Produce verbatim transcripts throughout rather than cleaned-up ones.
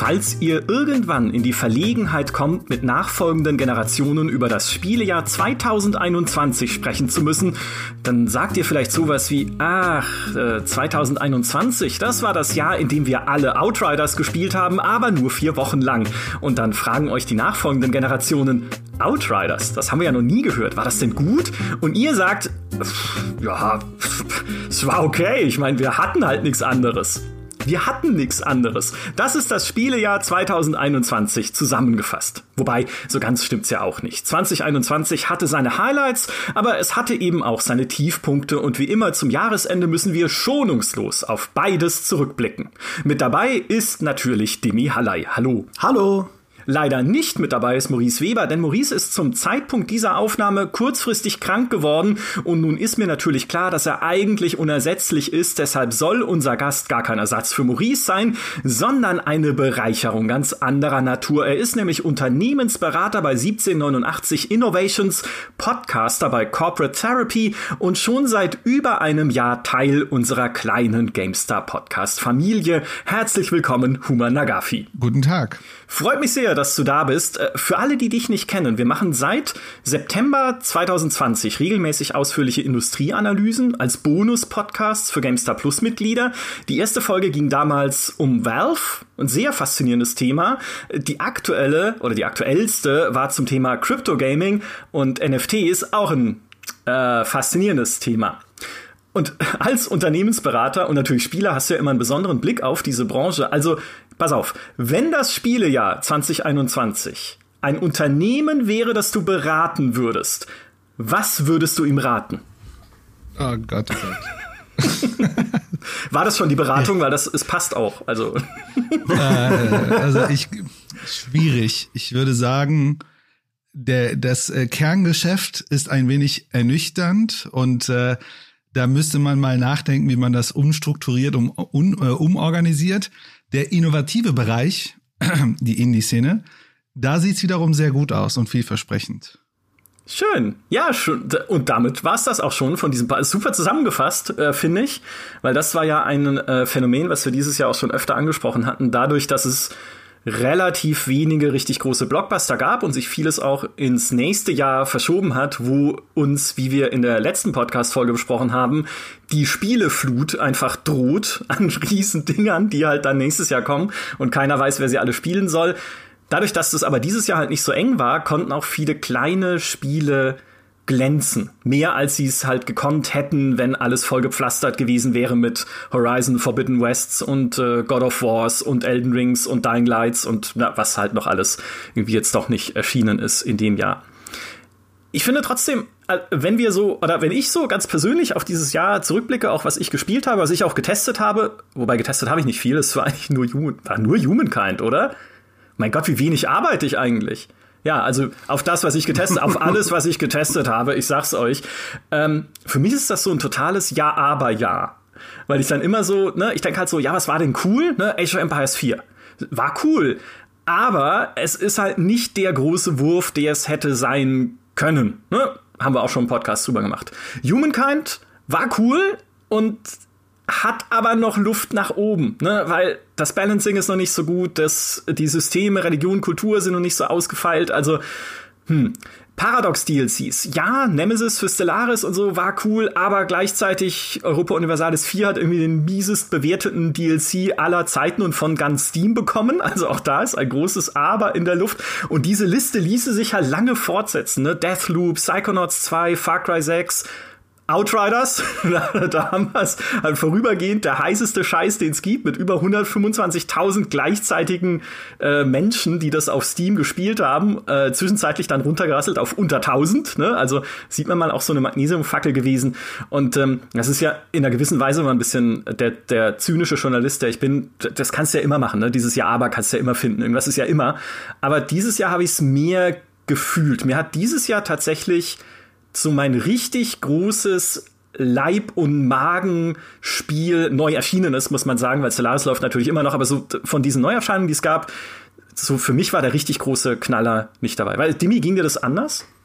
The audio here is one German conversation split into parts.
Falls ihr irgendwann in die Verlegenheit kommt, mit nachfolgenden Generationen über das Spielejahr zweitausendeinundzwanzig sprechen zu müssen, dann sagt ihr vielleicht sowas wie, ach, äh, zweitausendeinundzwanzig, das war das Jahr, in dem wir alle Outriders gespielt haben, aber nur vier Wochen lang. Und dann fragen euch die nachfolgenden Generationen, Outriders, das haben wir ja noch nie gehört, war das denn gut? Und ihr sagt, pff, ja, pff, es war okay, ich meine, wir hatten halt nichts anderes. Wir hatten nichts anderes. Das ist das Spielejahr zweitausendeinundzwanzig zusammengefasst. Wobei, so ganz stimmt's ja auch nicht. zwanzig einundzwanzig hatte seine Highlights, aber es hatte eben auch seine Tiefpunkte und wie immer zum Jahresende müssen wir schonungslos auf beides zurückblicken. Mit dabei ist natürlich Demi Hallei. Hallo. Hallo. Leider nicht mit dabei ist Maurice Weber, denn Maurice ist zum Zeitpunkt dieser Aufnahme kurzfristig krank geworden und nun ist mir natürlich klar, dass er eigentlich unersetzlich ist, deshalb soll unser Gast gar kein Ersatz für Maurice sein, sondern eine Bereicherung ganz anderer Natur. Er ist nämlich Unternehmensberater bei siebzehnhundertneunundachtzig Innovations, Podcaster bei Corporate Therapy und schon seit über einem Jahr Teil unserer kleinen GameStar-Podcast-Familie. Herzlich willkommen, Huma Nagafi. Guten Tag. Freut mich sehr, dass du da bist. Für alle, die dich nicht kennen, wir machen seit September zweitausendzwanzig regelmäßig ausführliche Industrieanalysen als Bonus-Podcasts für GameStar Plus-Mitglieder. Die erste Folge ging damals um Valve, ein sehr faszinierendes Thema. Die aktuelle oder die aktuellste war zum Thema Crypto Gaming und N F Ts, auch ein äh, faszinierendes Thema. Und als Unternehmensberater und natürlich Spieler hast du ja immer einen besonderen Blick auf diese Branche. Also, pass auf, wenn das Spielejahr zwanzig einundzwanzig ein Unternehmen wäre, das du beraten würdest, was würdest du ihm raten? Oh Gott, oh Gott. War das schon die Beratung? Weil das, es passt auch. Also, äh, also ich, schwierig. Ich würde sagen, der, das äh, Kerngeschäft ist ein wenig ernüchternd und äh, da müsste man mal nachdenken, wie man das umstrukturiert, um, um, äh, umorganisiert. Der innovative Bereich, die Indie-Szene, da sieht's wiederum sehr gut aus und vielversprechend. Schön. Ja, schon. Und damit war's das auch schon von diesem Paar. Super zusammengefasst, äh, finde ich. Weil das war ja ein äh, Phänomen, was wir dieses Jahr auch schon öfter angesprochen hatten. Dadurch, dass es relativ wenige richtig große Blockbuster gab und sich vieles auch ins nächste Jahr verschoben hat, wo uns, wie wir in der letzten Podcast-Folge besprochen haben, die Spieleflut einfach droht an riesen Dingern, die halt dann nächstes Jahr kommen und keiner weiß, wer sie alle spielen soll. Dadurch, dass das aber dieses Jahr halt nicht so eng war, konnten auch viele kleine Spiele glänzen. Mehr als sie es halt gekonnt hätten, wenn alles vollgepflastert gewesen wäre mit Horizon Forbidden Wests und äh, God of Wars und Elden Rings und Dying Lights und na, was halt noch alles irgendwie jetzt doch nicht erschienen ist in dem Jahr. Ich finde trotzdem, wenn wir so, oder wenn ich so ganz persönlich auf dieses Jahr zurückblicke, auch was ich gespielt habe, was ich auch getestet habe, wobei getestet habe ich nicht viel, es war eigentlich nur, Human, war nur Humankind, oder? Mein Gott, wie wenig arbeite ich eigentlich? Ja, also auf das, was ich getestet, auf alles, was ich getestet habe, ich sag's euch. Ähm, für mich ist das so ein totales Ja-Aber-Ja. Weil ich dann immer so, ne, ich denke halt so, ja, was war denn cool? Ne, Age of Empires vier. War cool. Aber es ist halt nicht der große Wurf, der es hätte sein können. Ne? Haben wir auch schon einen Podcast drüber gemacht. Humankind war cool und hat aber noch Luft nach oben, ne? Weil das Balancing ist noch nicht so gut, das, die Systeme, Religion, Kultur sind noch nicht so ausgefeilt, also hm. Paradox-D L Cs, ja, Nemesis für Stellaris und so war cool, aber gleichzeitig Europa Universalis vier hat irgendwie den miesest bewerteten D L C aller Zeiten und von ganz Steam bekommen, also auch da ist ein großes Aber in der Luft und diese Liste ließe sich halt lange fortsetzen, ne? Deathloop, Psychonauts zwei, Far Cry sechs, Outriders, da haben wir es halt vorübergehend, der heißeste Scheiß, den es gibt, mit über hundertfünfundzwanzigtausend gleichzeitigen äh, Menschen, die das auf Steam gespielt haben, äh, zwischenzeitlich dann runtergerasselt auf unter tausend, ne? Also sieht man mal auch so eine Magnesiumfackel gewesen und ähm, das ist ja in einer gewissen Weise mal ein bisschen der, der zynische Journalist, der ich bin, das kannst du ja immer machen, ne? Dieses Jahr aber kannst du ja immer finden, irgendwas ist ja immer, aber dieses Jahr habe ich es mehr gefühlt, mir hat dieses Jahr tatsächlich so mein richtig großes Leib- und Magenspiel neu erschienen ist, muss man sagen, weil Stellaris läuft natürlich immer noch, aber so von diesen Neuerscheinungen, die es gab, so für mich war der richtig große Knaller nicht dabei. Weil, Dimi, ging dir das anders?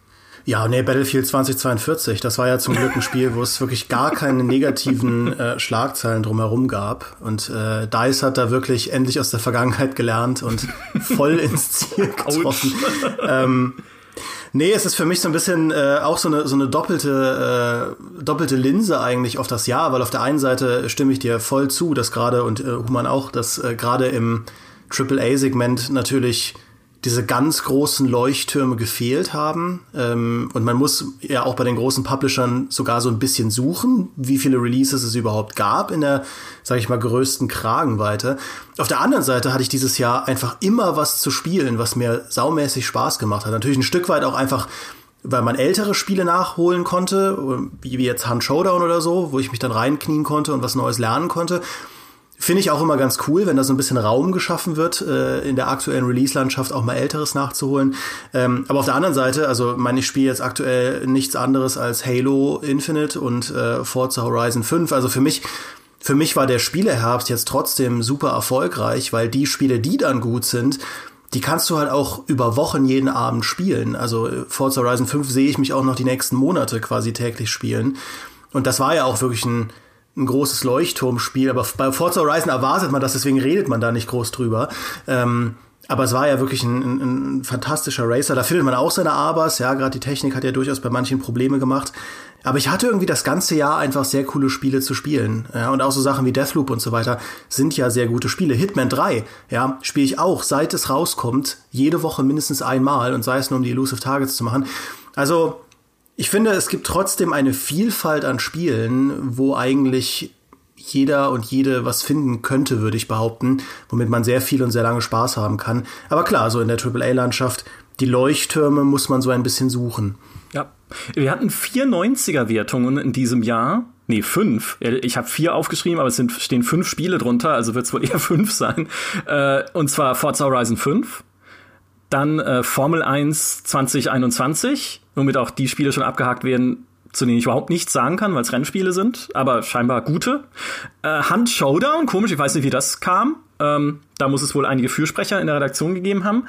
Ja, nee, Battlefield zwanzig zweiundvierzig, das war ja zum Glück ein Spiel, wo es wirklich gar keine negativen äh, Schlagzeilen drumherum gab. Und äh, DICE hat da wirklich endlich aus der Vergangenheit gelernt und voll ins Ziel getroffen. ähm, nee, es ist für mich so ein bisschen äh, auch so eine so eine doppelte äh, doppelte Linse eigentlich auf das Jahr, weil auf der einen Seite stimme ich dir voll zu, dass gerade, und äh, Human auch, dass äh, gerade im Triple A-Segment natürlich diese ganz großen Leuchttürme gefehlt haben. Ähm, und man muss ja auch bei den großen Publishern sogar so ein bisschen suchen, wie viele Releases es überhaupt gab in der, sag ich mal, größten Kragenweite. Auf der anderen Seite hatte ich dieses Jahr einfach immer was zu spielen, was mir saumäßig Spaß gemacht hat. Natürlich ein Stück weit auch einfach, weil man ältere Spiele nachholen konnte, wie jetzt Hunt Showdown oder so, wo ich mich dann reinknien konnte und was Neues lernen konnte. Finde ich auch immer ganz cool, wenn da so ein bisschen Raum geschaffen wird, äh, in der aktuellen Release-Landschaft auch mal Älteres nachzuholen. Ähm, aber auf der anderen Seite, also meine, ich spiele jetzt aktuell nichts anderes als Halo Infinite und äh, Forza Horizon fünf. Also für mich, für mich war der Spieleherbst jetzt trotzdem super erfolgreich, weil die Spiele, die dann gut sind, die kannst du halt auch über Wochen jeden Abend spielen. Also Forza Horizon fünf sehe ich mich auch noch die nächsten Monate quasi täglich spielen. Und das war ja auch wirklich ein ein großes Leuchtturmspiel, aber bei Forza Horizon erwartet man das, deswegen redet man da nicht groß drüber. Ähm, aber es war ja wirklich ein, ein, ein fantastischer Racer. Da findet man auch seine Abers, ja, gerade die Technik hat ja durchaus bei manchen Probleme gemacht. Aber ich hatte irgendwie das ganze Jahr einfach sehr coole Spiele zu spielen. Ja, und auch so Sachen wie Deathloop und so weiter sind ja sehr gute Spiele. Hitman drei, ja, spiele ich auch, seit es rauskommt, jede Woche mindestens einmal, und sei es nur, um die Elusive Targets zu machen. Also ich finde, es gibt trotzdem eine Vielfalt an Spielen, wo eigentlich jeder und jede was finden könnte, würde ich behaupten, womit man sehr viel und sehr lange Spaß haben kann. Aber klar, so in der Triple A-Landschaft, die Leuchttürme muss man so ein bisschen suchen. Ja, wir hatten vier neunziger-Wertungen in diesem Jahr. Nee, fünf. Ich habe vier aufgeschrieben, aber es sind, stehen fünf Spiele drunter, also wird es wohl eher fünf sein. Äh, und zwar Forza Horizon fünf, dann äh, Formel eins zwanzig einundzwanzig, womit auch die Spiele schon abgehakt werden, zu denen ich überhaupt nichts sagen kann, weil es Rennspiele sind, aber scheinbar gute. Äh, Hunt Showdown, komisch, ich weiß nicht, wie das kam. Ähm, da muss es wohl einige Fürsprecher in der Redaktion gegeben haben.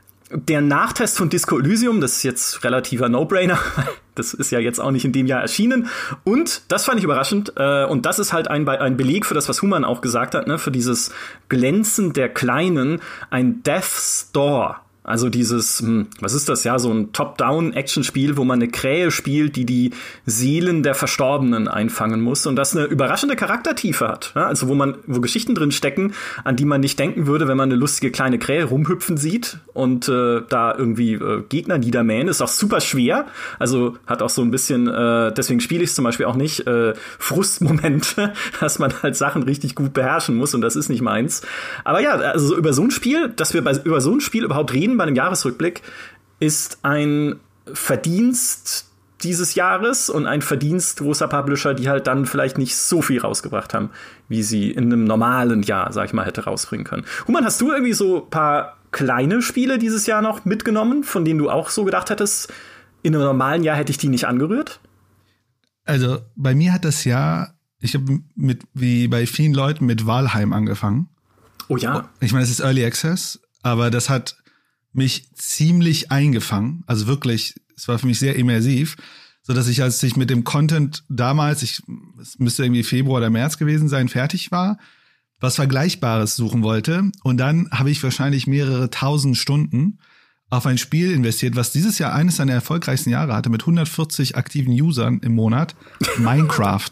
Der Nachtest von Disco Elysium, das ist jetzt relativer No-Brainer. Das ist ja jetzt auch nicht in dem Jahr erschienen. Und, das fand ich überraschend, äh, und das ist halt ein, ein Beleg für das, was Human auch gesagt hat, ne, für dieses Glänzen der Kleinen, ein Death's Door. Also dieses, was ist das, ja, so ein Top-Down-Action-Spiel, wo man eine Krähe spielt, die die Seelen der Verstorbenen einfangen muss und das eine überraschende Charaktertiefe hat. Ja? Also wo man, wo Geschichten drin stecken, an die man nicht denken würde, wenn man eine lustige kleine Krähe rumhüpfen sieht und äh, da irgendwie äh, Gegner niedermähen. Ist auch super schwer. Also hat auch so ein bisschen, äh, deswegen spiele ich es zum Beispiel auch nicht, äh, Frustmomente, dass man halt Sachen richtig gut beherrschen muss und das ist nicht meins. Aber ja, also über so ein Spiel, dass wir bei, über so ein Spiel überhaupt reden bei einem Jahresrückblick, ist ein Verdienst dieses Jahres und ein Verdienst großer Publisher, die halt dann vielleicht nicht so viel rausgebracht haben, wie sie in einem normalen Jahr, sag ich mal, hätte rausbringen können. Human, hast du irgendwie so ein paar kleine Spiele dieses Jahr noch mitgenommen, von denen du auch so gedacht hättest, in einem normalen Jahr hätte ich die nicht angerührt? Also bei mir hat das Jahr, ich habe mit, wie bei vielen Leuten, mit Valheim angefangen. Oh ja. Ich meine, es ist Early Access, aber das hat mich ziemlich eingefangen, also wirklich, es war für mich sehr immersiv, so dass ich, als ich mit dem Content damals, ich, es müsste irgendwie Februar oder März gewesen sein, fertig war, was Vergleichbares suchen wollte, und dann habe ich wahrscheinlich mehrere tausend Stunden auf ein Spiel investiert, was dieses Jahr eines seiner erfolgreichsten Jahre hatte, mit hundertvierzig aktiven Usern im Monat, Minecraft.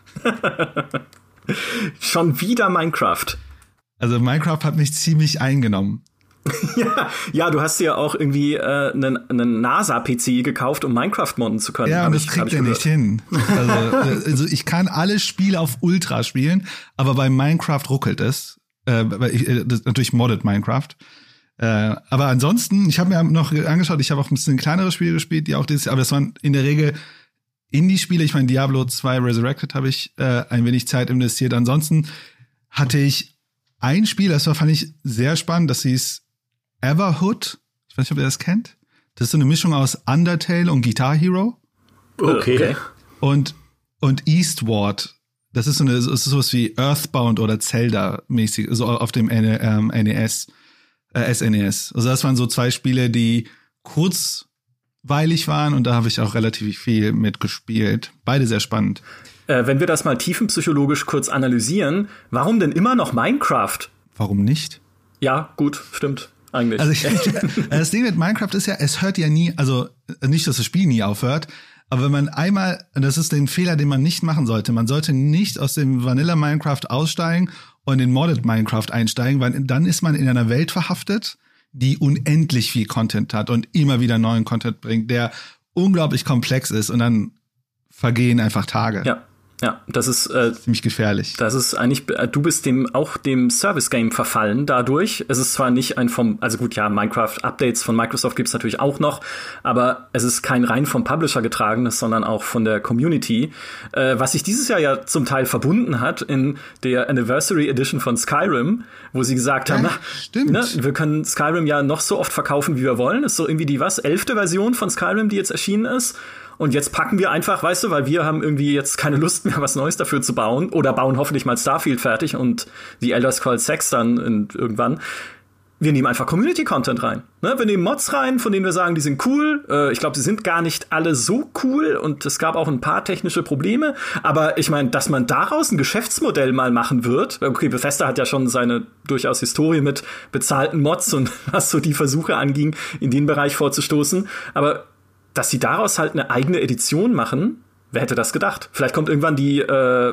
Schon wieder Minecraft. Also Minecraft hat mich ziemlich eingenommen. Ja, ja, du hast dir ja auch irgendwie äh, einen, einen NASA-P C gekauft, um Minecraft modden zu können. Ja, und das ich, kriegt er nicht hin. Also, also ich kann alle Spiele auf Ultra spielen, aber bei Minecraft ruckelt es. Äh, ich, das, natürlich moddet Minecraft. Äh, aber ansonsten, ich habe mir noch angeschaut, ich habe auch ein bisschen kleinere Spiele gespielt, die auch dieses Jahr, aber das waren in der Regel Indie-Spiele. Ich meine, Diablo zwei Resurrected habe ich äh, ein wenig Zeit investiert. Ansonsten hatte ich ein Spiel, das war, fand ich sehr spannend, das hieß Everhood. Ich weiß nicht, ob ihr das kennt. Das ist so eine Mischung aus Undertale und Guitar Hero. Okay. okay. Und, und Eastward. Das ist so eine, das ist sowas wie Earthbound oder Zelda-mäßig, so auf dem ähm, N E S, äh, S N E S. Also das waren so zwei Spiele, die kurz kurzweilig waren und da habe ich auch relativ viel mitgespielt. Beide sehr spannend. Äh, wenn wir das mal tiefenpsychologisch kurz analysieren, warum denn immer noch Minecraft? Warum nicht? Ja, gut, stimmt. Eigentlich. Also ich, das Ding mit Minecraft ist ja, es hört ja nie, also nicht, dass das Spiel nie aufhört, aber wenn man einmal, das ist den Fehler, den man nicht machen sollte, man sollte nicht aus dem Vanilla Minecraft aussteigen und in Modded Minecraft einsteigen, weil dann ist man in einer Welt verhaftet, die unendlich viel Content hat und immer wieder neuen Content bringt, der unglaublich komplex ist und dann vergehen einfach Tage. Ja. Ja, das ist äh, ziemlich gefährlich. Das ist eigentlich, du bist dem auch dem Service-Game verfallen dadurch. Es ist zwar nicht ein vom, also gut, ja, Minecraft-Updates von Microsoft gibt's natürlich auch noch, aber es ist kein rein vom Publisher getragenes, sondern auch von der Community, äh, was sich dieses Jahr ja zum Teil verbunden hat in der Anniversary Edition von Skyrim, wo sie gesagt ja, haben, na, stimmt. Ne, wir können Skyrim ja noch so oft verkaufen, wie wir wollen. Ist so irgendwie die was, elfte Version von Skyrim, die jetzt erschienen ist. Und jetzt packen wir einfach, weißt du, weil wir haben irgendwie jetzt keine Lust mehr, was Neues dafür zu bauen oder bauen hoffentlich mal Starfield fertig und die Elder Scrolls sechs dann in, irgendwann. Wir nehmen einfach Community-Content rein. Ne? Wir nehmen Mods rein, von denen wir sagen, die sind cool. Äh, ich glaube, sie sind gar nicht alle so cool und es gab auch ein paar technische Probleme. Aber ich meine, dass man daraus ein Geschäftsmodell mal machen wird. Okay, Bethesda hat ja schon seine durchaus Historie mit bezahlten Mods und was so die Versuche anging, in den Bereich vorzustoßen. Aber dass sie daraus halt eine eigene Edition machen, wer hätte das gedacht? Vielleicht kommt irgendwann die äh,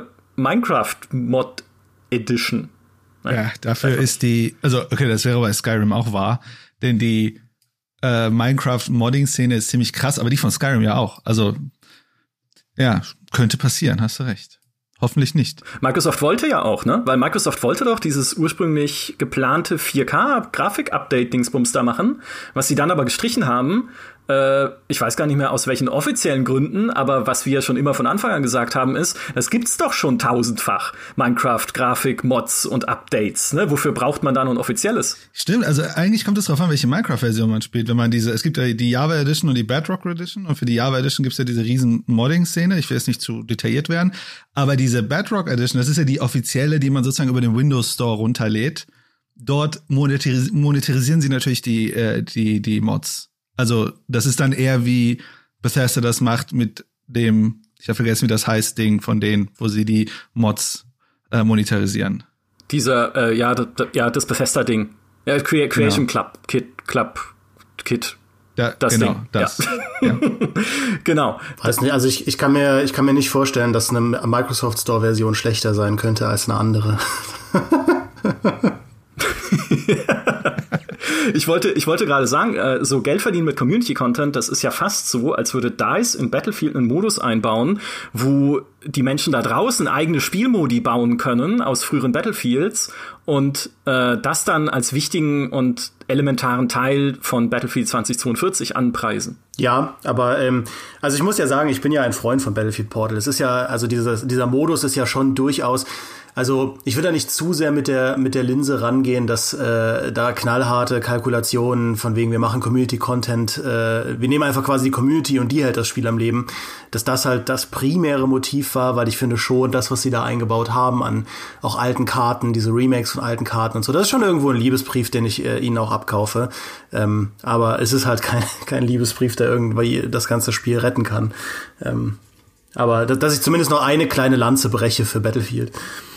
Minecraft-Mod-Edition. Ja, dafür Einfach. ist die, also okay, das wäre bei Skyrim auch wahr, denn die äh, Minecraft-Modding-Szene ist ziemlich krass, aber die von Skyrim ja auch. Also ja, könnte passieren, hast du recht. Hoffentlich nicht. Microsoft wollte ja auch, ne? Weil Microsoft wollte doch dieses ursprünglich geplante vier K-Grafik-Update-Dingsbums da machen, was sie dann aber gestrichen haben. Äh, ich weiß gar nicht mehr aus welchen offiziellen Gründen, aber was wir ja schon immer von Anfang an gesagt haben ist, das gibt's doch schon tausendfach. Minecraft-Grafik, Mods und Updates, ne? Wofür braucht man da noch ein offizielles? Stimmt, also eigentlich kommt es darauf an, welche Minecraft-Version man spielt. Wenn man diese, es gibt ja die Java Edition und die Bedrock Edition und für die Java Edition gibt's ja diese riesen Modding-Szene. Ich will jetzt nicht zu detailliert werden, aber diese Bedrock Edition, das ist ja die offizielle, die man sozusagen über den Windows Store runterlädt. Dort monetaris- monetarisieren sie natürlich die, äh, die, die Mods. Also, das ist dann eher wie Bethesda das macht mit dem, ich habe vergessen, wie das heißt, Ding von denen, wo sie die Mods äh, monetarisieren. Dieser, äh, ja, d- d- ja, das Bethesda-Ding. Ja, Cre- Creation genau. Club, Kit, Club, Kit. Ja, das genau, Ding. Das. Ja. Ja. Genau. Weiß nicht, also ich, ich kann mir, ich kann mir nicht vorstellen, dass eine Microsoft Store-Version schlechter sein könnte als eine andere. Ich wollte, ich wollte gerade sagen, äh, so Geld verdienen mit Community-Content, das ist ja fast so, als würde DICE in Battlefield einen Modus einbauen, wo die Menschen da draußen eigene Spielmodi bauen können aus früheren Battlefields und äh, das dann als wichtigen und elementaren Teil von Battlefield zwanzig zweiundvierzig anpreisen. Ja, aber ähm, also ich muss ja sagen, ich bin ja ein Freund von Battlefield Portal. Es ist ja, also dieser, dieser Modus ist ja schon durchaus, also ich will da nicht zu sehr mit der mit der Linse rangehen, dass äh, da knallharte Kalkulationen von wegen, wir machen Community-Content, äh, wir nehmen einfach quasi die Community und die hält das Spiel am Leben, dass das halt das primäre Motiv war, weil ich finde schon, das, was sie da eingebaut haben an auch alten Karten, diese Remakes von alten Karten und so, das ist schon irgendwo ein Liebesbrief, den ich äh, ihnen auch abkaufe. Ähm, aber es ist halt kein, kein Liebesbrief, der irgendwie das ganze Spiel retten kann. Ähm, aber dass ich zumindest noch eine kleine Lanze breche für Battlefield.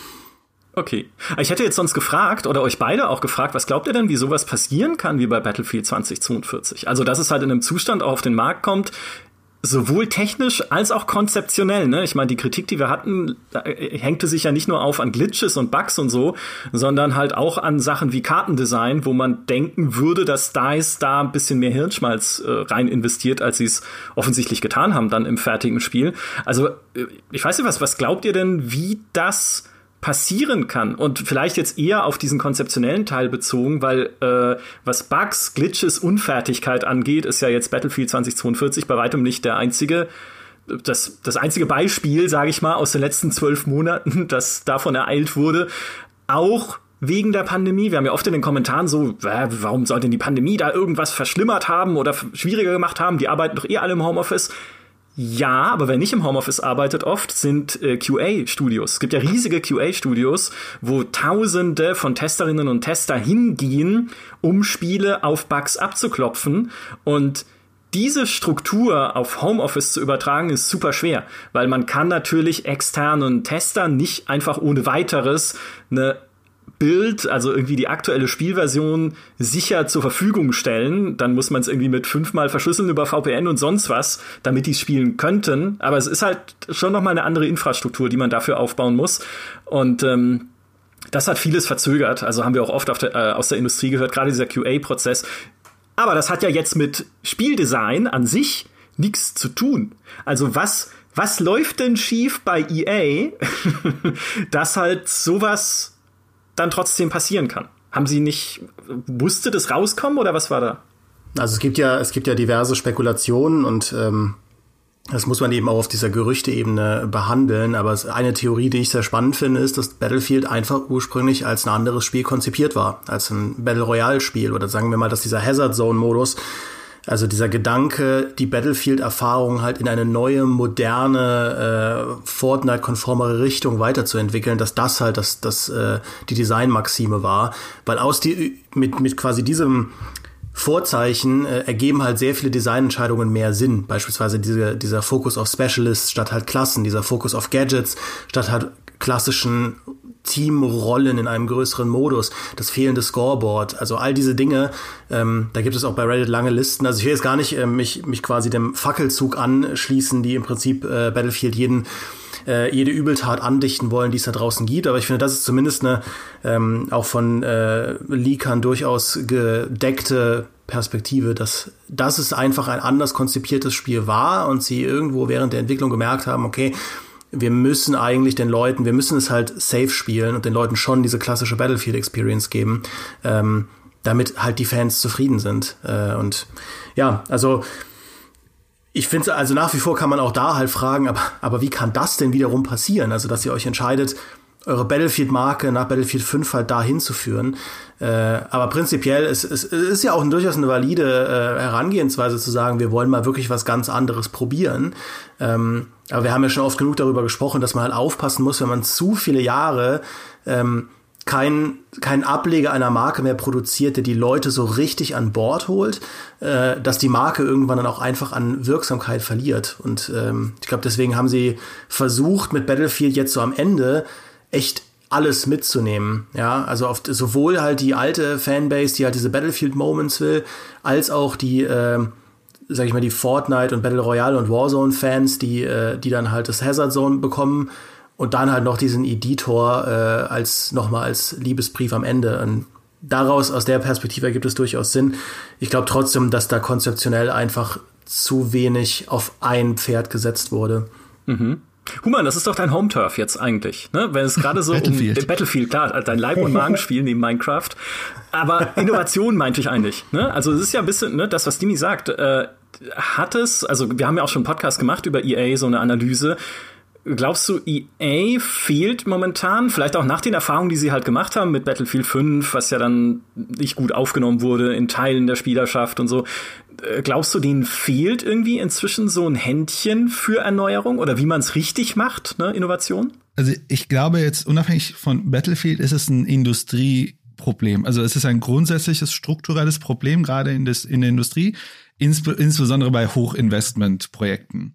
Okay. Ich hätte jetzt sonst gefragt, oder euch beide auch gefragt, was glaubt ihr denn, wie sowas passieren kann wie bei Battlefield zwanzig zweiundvierzig? Also, dass es halt in einem Zustand auch auf den Markt kommt, sowohl technisch als auch konzeptionell, ne? Ich meine, die Kritik, die wir hatten, hängte sich ja nicht nur auf an Glitches und Bugs und so, sondern halt auch an Sachen wie Kartendesign, wo man denken würde, dass DICE da ein bisschen mehr Hirnschmalz äh, rein investiert, als sie es offensichtlich getan haben dann im fertigen Spiel. Also, ich weiß nicht, was, was glaubt ihr denn, wie das passieren kann? Und vielleicht jetzt eher auf diesen konzeptionellen Teil bezogen, weil äh, was Bugs, Glitches, Unfertigkeit angeht, ist ja jetzt Battlefield zwanzig zweiundvierzig bei weitem nicht der einzige, das, das einzige Beispiel, sage ich mal, aus den letzten zwölf Monaten, das davon ereilt wurde, auch wegen der Pandemie. Wir haben ja oft in den Kommentaren so, äh, warum soll denn die Pandemie da irgendwas verschlimmert haben oder schwieriger gemacht haben? Die arbeiten doch eh alle im Homeoffice. Ja, aber wer nicht im Homeoffice arbeitet oft, sind äh, Q A-Studios. Es gibt ja riesige Q A-Studios, wo Tausende von Testerinnen und Tester hingehen, um Spiele auf Bugs abzuklopfen. Und diese Struktur auf Homeoffice zu übertragen, ist super schwer, weil man kann natürlich externen Testern nicht einfach ohne weiteres eine Bild, also irgendwie die aktuelle Spielversion sicher zur Verfügung stellen. Dann muss man es irgendwie mit fünfmal verschlüsseln über V P N und sonst was, damit die spielen könnten. Aber es ist halt schon noch mal eine andere Infrastruktur, die man dafür aufbauen muss. Und ähm, das hat vieles verzögert. Also haben wir auch oft auf der, äh, aus der Industrie gehört, gerade dieser Q A-Prozess. Aber das hat ja jetzt mit Spieldesign an sich nichts zu tun. Also was, was läuft denn schief bei E A, dass halt sowas dann trotzdem passieren kann? Haben Sie nicht, musste das rauskommen oder was war da? Also es gibt ja, es gibt ja diverse Spekulationen und ähm, das muss man eben auch auf dieser Gerüchteebene behandeln. Aber eine Theorie, die ich sehr spannend finde, ist, dass Battlefield einfach ursprünglich als ein anderes Spiel konzipiert war, als ein Battle Royale Spiel, oder sagen wir mal, dass dieser Hazard Zone Modus, also dieser Gedanke, die Battlefield-Erfahrung halt in eine neue, moderne, äh, Fortnite-konformere Richtung weiterzuentwickeln, dass das halt das, das, äh, die Design-Maxime war. Weil aus die, mit, mit quasi diesem Vorzeichen äh, ergeben halt sehr viele Designentscheidungen mehr Sinn. Beispielsweise diese, dieser Fokus auf Specialists statt halt Klassen, dieser Fokus auf Gadgets statt halt klassischen Teamrollen in einem größeren Modus, das fehlende Scoreboard, also all diese Dinge, ähm, da gibt es auch bei Reddit lange Listen. Also ich will jetzt gar nicht äh, mich, mich quasi dem Fackelzug anschließen, die im Prinzip äh, Battlefield jeden äh, jede Übeltat andichten wollen, die es da draußen gibt, aber ich finde, das ist zumindest eine ähm, auch von äh, Leakern durchaus gedeckte Perspektive, dass das es einfach ein anders konzipiertes Spiel war und sie irgendwo während der Entwicklung gemerkt haben, okay, wir müssen eigentlich den Leuten, wir müssen es halt safe spielen und den Leuten schon diese klassische Battlefield-Experience geben, ähm, damit halt die Fans zufrieden sind. Äh, und ja, also ich finde, also nach wie vor kann man auch da halt fragen, aber, aber wie kann das denn wiederum passieren? Also, dass ihr euch entscheidet, eure Battlefield-Marke nach Battlefield fünf halt dahin zu führen. Äh, aber prinzipiell ist es ist, ist ja auch durchaus eine valide äh, Herangehensweise zu sagen, wir wollen mal wirklich was ganz anderes probieren. Ähm, aber wir haben ja schon oft genug darüber gesprochen, dass man halt aufpassen muss, wenn man zu viele Jahre ähm, kein kein Ableger einer Marke mehr produziert, der die Leute so richtig an Bord holt, äh, dass die Marke irgendwann dann auch einfach an Wirksamkeit verliert. Und ähm, ich glaube, deswegen haben sie versucht, mit Battlefield jetzt so am Ende echt alles mitzunehmen, ja, also auf, sowohl halt die alte Fanbase, die halt diese Battlefield-Moments will, als auch die, äh, sag ich mal, die Fortnite und Battle Royale und Warzone-Fans, die, äh, die dann halt das Hazard Zone bekommen und dann halt noch diesen Editor äh, als nochmal als Liebesbrief am Ende. Und daraus, aus der Perspektive ergibt es durchaus Sinn. Ich glaube trotzdem, dass da konzeptionell einfach zu wenig auf ein Pferd gesetzt wurde. Mhm. Human, das ist doch dein Home-Turf jetzt eigentlich, ne? Wenn es gerade so Battlefield. um Battlefield, klar, dein Leib- und Magenspiel neben Minecraft. Aber Innovation meinte ich eigentlich, ne? Also es ist ja ein bisschen, ne, das, was Dimi sagt, äh, hat es, also wir haben ja auch schon einen Podcast gemacht über E A, so eine Analyse. Glaubst du, E A fehlt momentan, vielleicht auch nach den Erfahrungen, die sie halt gemacht haben mit Battlefield fünf, was ja dann nicht gut aufgenommen wurde in Teilen der Spielerschaft und so. Glaubst du, denen fehlt irgendwie inzwischen so ein Händchen für Erneuerung oder wie man es richtig macht, ne, Innovation? Also ich glaube jetzt, unabhängig von Battlefield, ist es ein Industrieproblem. Also es ist ein grundsätzliches strukturelles Problem, gerade in, des, in der Industrie, insb- insbesondere bei Hochinvestmentprojekten.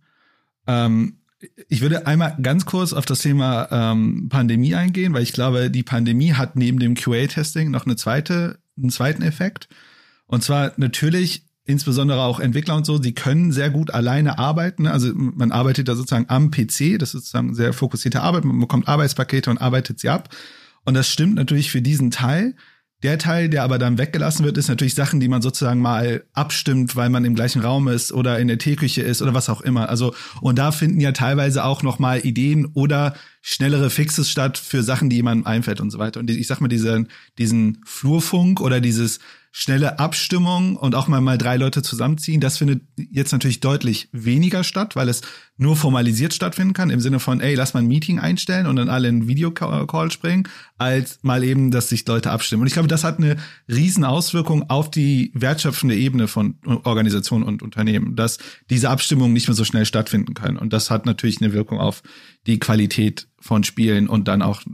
Ähm, Ich würde einmal ganz kurz auf das Thema ähm, Pandemie eingehen, weil ich glaube, die Pandemie hat neben dem Q A-Testing noch eine zweite, einen zweiten Effekt. Und zwar natürlich insbesondere auch Entwickler und so, sie können sehr gut alleine arbeiten. Also man arbeitet da sozusagen am P C, das ist sozusagen sehr fokussierte Arbeit, man bekommt Arbeitspakete und arbeitet sie ab. Und das stimmt natürlich für diesen Teil. Der Teil, der aber dann weggelassen wird, ist natürlich Sachen, die man sozusagen mal abstimmt, weil man im gleichen Raum ist oder in der Teeküche ist oder was auch immer. Also, und da finden ja teilweise auch noch mal Ideen oder schnellere Fixes statt für Sachen, die jemandem einfällt und so weiter. Und ich sag mal, diesen, diesen Flurfunk oder dieses schnelle Abstimmung und auch mal mal drei Leute zusammenziehen, das findet jetzt natürlich deutlich weniger statt, weil es nur formalisiert stattfinden kann, im Sinne von, ey, lass mal ein Meeting einstellen und dann alle in Videocall springen, als mal eben, dass sich Leute abstimmen. Und ich glaube, das hat eine riesen Auswirkung auf die wertschöpfende Ebene von Organisationen und Unternehmen, dass diese Abstimmungen nicht mehr so schnell stattfinden können. Und das hat natürlich eine Wirkung auf die Qualität von Spielen und dann auch,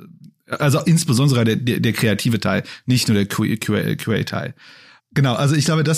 also insbesondere der, der, der kreative Teil, nicht nur der Q A-Teil. Genau, also ich glaube, das ist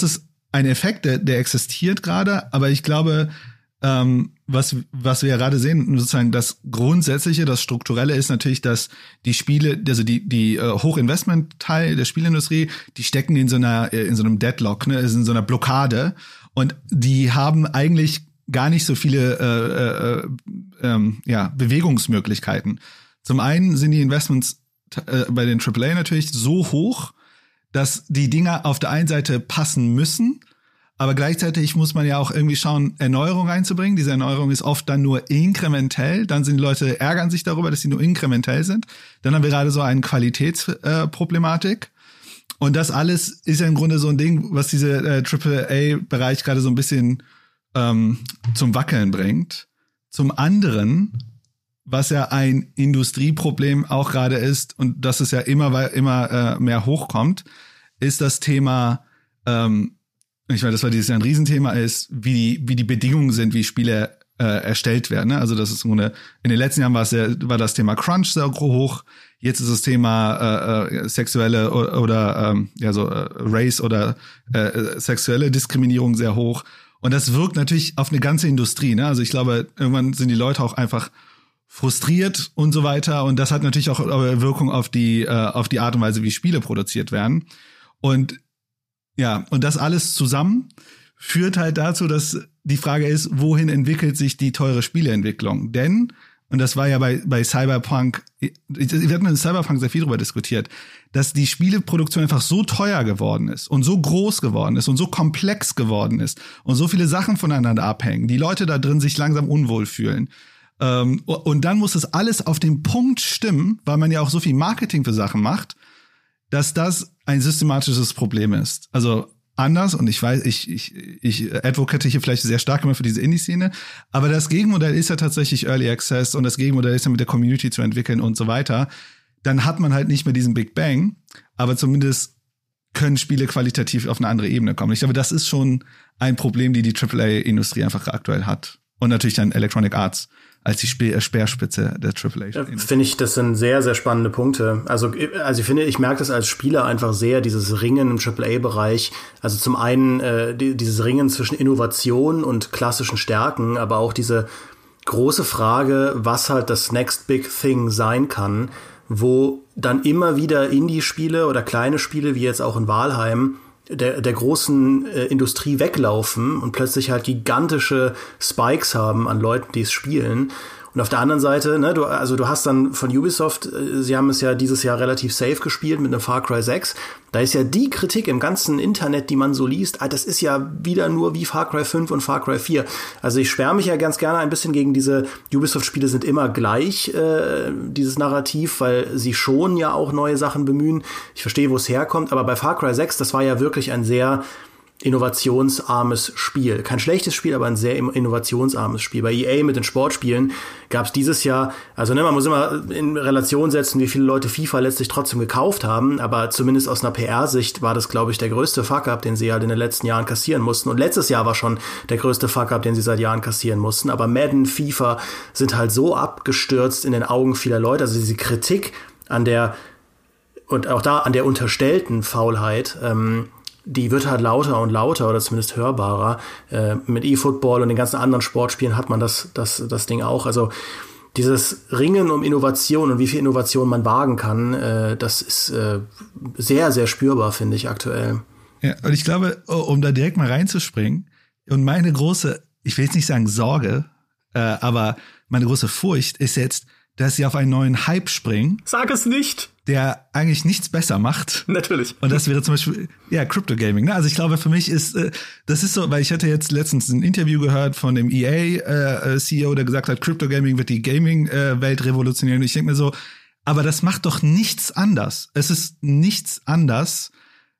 ein Effekt, der, der existiert gerade, aber ich glaube, ähm, was, was wir ja gerade sehen, sozusagen das Grundsätzliche, das Strukturelle ist natürlich, dass die Spiele, also die, die äh, Hochinvestment-Teil der Spielindustrie, die stecken in so einer, in so einem Deadlock, ne, in so einer Blockade und die haben eigentlich gar nicht so viele äh, äh, äh, ja, Bewegungsmöglichkeiten. Zum einen sind die Investments äh, bei den Triple A natürlich so hoch, dass die Dinger auf der einen Seite passen müssen, aber gleichzeitig muss man ja auch irgendwie schauen, Erneuerung reinzubringen. Diese Erneuerung ist oft dann nur inkrementell. Dann sind die Leute, ärgern sich darüber, dass sie nur inkrementell sind. Dann haben wir gerade so eine Qualitätsproblematik. Äh, Und das alles ist ja im Grunde so ein Ding, was diese äh, Triple A-Bereich gerade so ein bisschen ähm, zum Wackeln bringt. Zum anderen, was ja ein Industrieproblem auch gerade ist, und das es ja immer, immer äh, mehr hochkommt, ist das Thema, ähm, ich meine, das war dieses Jahr ein Riesenthema, ist, wie die, wie die Bedingungen sind, wie Spiele äh, erstellt werden. Ne? Also das ist so eine, in den letzten Jahren war es sehr, war das Thema Crunch sehr hoch. Jetzt ist das Thema äh, sexuelle oder, oder ähm, ja so äh, Race oder äh, sexuelle Diskriminierung sehr hoch. Und das wirkt natürlich auf eine ganze Industrie. Ne? Also ich glaube, irgendwann sind die Leute auch einfach frustriert und so weiter. Und das hat natürlich auch Wirkung auf die äh, auf die Art und Weise, wie Spiele produziert werden. Und ja, und das alles zusammen führt halt dazu, dass die Frage ist, wohin entwickelt sich die teure Spieleentwicklung? Denn, und das war ja bei bei Cyberpunk, wir hatten in Cyberpunk sehr viel darüber diskutiert, dass die Spieleproduktion einfach so teuer geworden ist und so groß geworden ist und so komplex geworden ist und so viele Sachen voneinander abhängen, die Leute da drin sich langsam unwohl fühlen. Ähm, und dann muss das alles auf den Punkt stimmen, weil man ja auch so viel Marketing für Sachen macht, dass das ein systematisches Problem ist. Also anders, und ich weiß, ich ich ich advocate hier vielleicht sehr stark immer für diese Indie-Szene, aber das Gegenmodell ist ja tatsächlich Early Access und das Gegenmodell ist ja mit der Community zu entwickeln und so weiter. Dann hat man halt nicht mehr diesen Big Bang, aber zumindest können Spiele qualitativ auf eine andere Ebene kommen. Ich glaube, das ist schon ein Problem, die die Triple A-Industrie einfach aktuell hat. Und natürlich dann Electronic Arts als die Speerspitze der Triple A. Ja, finde ich, das sind sehr, sehr spannende Punkte. Also, also ich finde, ich merke das als Spieler einfach sehr, dieses Ringen im Triple A-Bereich. Also zum einen äh, die, dieses Ringen zwischen Innovation und klassischen Stärken, aber auch diese große Frage, was halt das Next Big Thing sein kann, wo dann immer wieder Indie-Spiele oder kleine Spiele, wie jetzt auch in Valheim, der, der großen äh, Industrie weglaufen und plötzlich halt gigantische Spikes haben an Leuten, die es spielen. Und auf der anderen Seite, ne, du, also du hast dann von Ubisoft, äh, sie haben es ja dieses Jahr relativ safe gespielt mit einem Far Cry sechs. Da ist ja die Kritik im ganzen Internet, die man so liest, ah, das ist ja wieder nur wie Far Cry fünf und Far Cry vier. Also ich sperre mich ja ganz gerne ein bisschen gegen diese Ubisoft-Spiele sind immer gleich, äh, dieses Narrativ, weil sie schon ja auch neue Sachen bemühen. Ich verstehe, wo es herkommt, aber bei Far Cry sechs, das war ja wirklich ein sehr innovationsarmes Spiel. Kein schlechtes Spiel, aber ein sehr innovationsarmes Spiel. Bei E A mit den Sportspielen gab es dieses Jahr, also ne, man muss immer in Relation setzen, wie viele Leute FIFA letztlich trotzdem gekauft haben, aber zumindest aus einer P R-Sicht war das, glaube ich, der größte Fuck-up, den sie halt in den letzten Jahren kassieren mussten. Und letztes Jahr war schon der größte Fuck-up, den sie seit Jahren kassieren mussten. Aber Madden, FIFA sind halt so abgestürzt in den Augen vieler Leute. Also diese Kritik an der, und auch da an der unterstellten Faulheit, ähm, die wird halt lauter und lauter oder zumindest hörbarer. Äh, mit eFootball und den ganzen anderen Sportspielen hat man das, das, das Ding auch. Also dieses Ringen um Innovation und wie viel Innovation man wagen kann, äh, das ist äh, sehr, sehr spürbar, finde ich, aktuell. Ja, und ich glaube, um da direkt mal reinzuspringen, und meine große, ich will jetzt nicht sagen Sorge, äh, aber meine große Furcht ist jetzt, dass sie auf einen neuen Hype springen. Sag es nicht! Der eigentlich nichts besser macht. Natürlich. Und das wäre zum Beispiel, ja, Crypto Gaming. Ne? Also ich glaube, für mich ist, äh, das ist so, weil ich hatte jetzt letztens ein Interview gehört von dem E A-C E O, der gesagt hat, Crypto Gaming wird die Gaming-Welt revolutionieren. Und ich denke mir so, aber das macht doch nichts anders. Es ist nichts anders.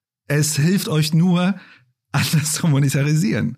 Es hilft euch nur, anders zu monetarisieren.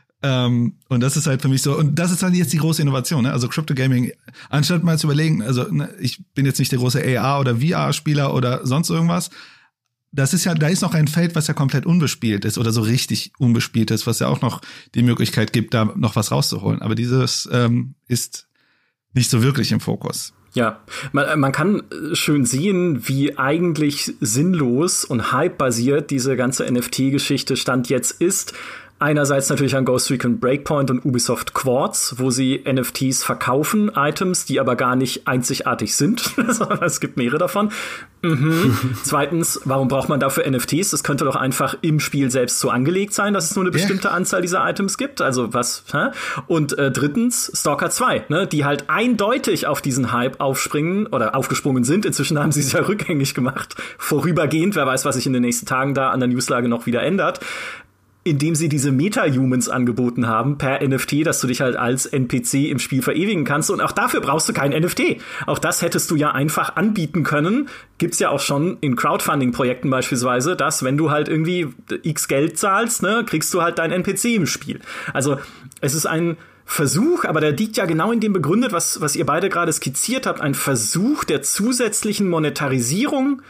Ähm, und das ist halt für mich so, und das ist halt jetzt die große Innovation, ne? Also Crypto Gaming, anstatt mal zu überlegen, also ne, ich bin jetzt nicht der große A R oder V R-Spieler oder sonst irgendwas, das ist ja, da ist noch ein Feld, was ja komplett unbespielt ist oder so richtig unbespielt ist, was ja auch noch die Möglichkeit gibt, da noch was rauszuholen. Aber dieses ähm, ist nicht so wirklich im Fokus. Ja, man, man kann schön sehen, wie eigentlich sinnlos und hype-basiert diese ganze N F T-Geschichte Stand jetzt ist. Einerseits natürlich an Ghost Recon Breakpoint und Ubisoft Quartz, wo sie N F Ts verkaufen, Items, die aber gar nicht einzigartig sind, sondern es gibt mehrere davon. Mhm. Zweitens, warum braucht man dafür N F Ts? Das könnte doch einfach im Spiel selbst so angelegt sein, dass es nur eine bestimmte ja. Anzahl dieser Items gibt. Also was? Hä? Und äh, drittens, Stalker zwei, ne, die halt eindeutig auf diesen Hype aufspringen oder aufgesprungen sind. Inzwischen haben sie es ja rückgängig gemacht, vorübergehend. Wer weiß, was sich in den nächsten Tagen da an der Newslage noch wieder ändert. Indem sie diese Meta-Humans angeboten haben per N F T, dass du dich halt als N P C im Spiel verewigen kannst. Und auch dafür brauchst du kein N F T. Auch das hättest du ja einfach anbieten können. Gibt's ja auch schon in Crowdfunding-Projekten beispielsweise, dass wenn du halt irgendwie x Geld zahlst, ne, kriegst du halt dein N P C im Spiel. Also es ist ein Versuch, aber der liegt ja genau in dem begründet, was, was ihr beide gerade skizziert habt, ein Versuch der zusätzlichen Monetarisierung,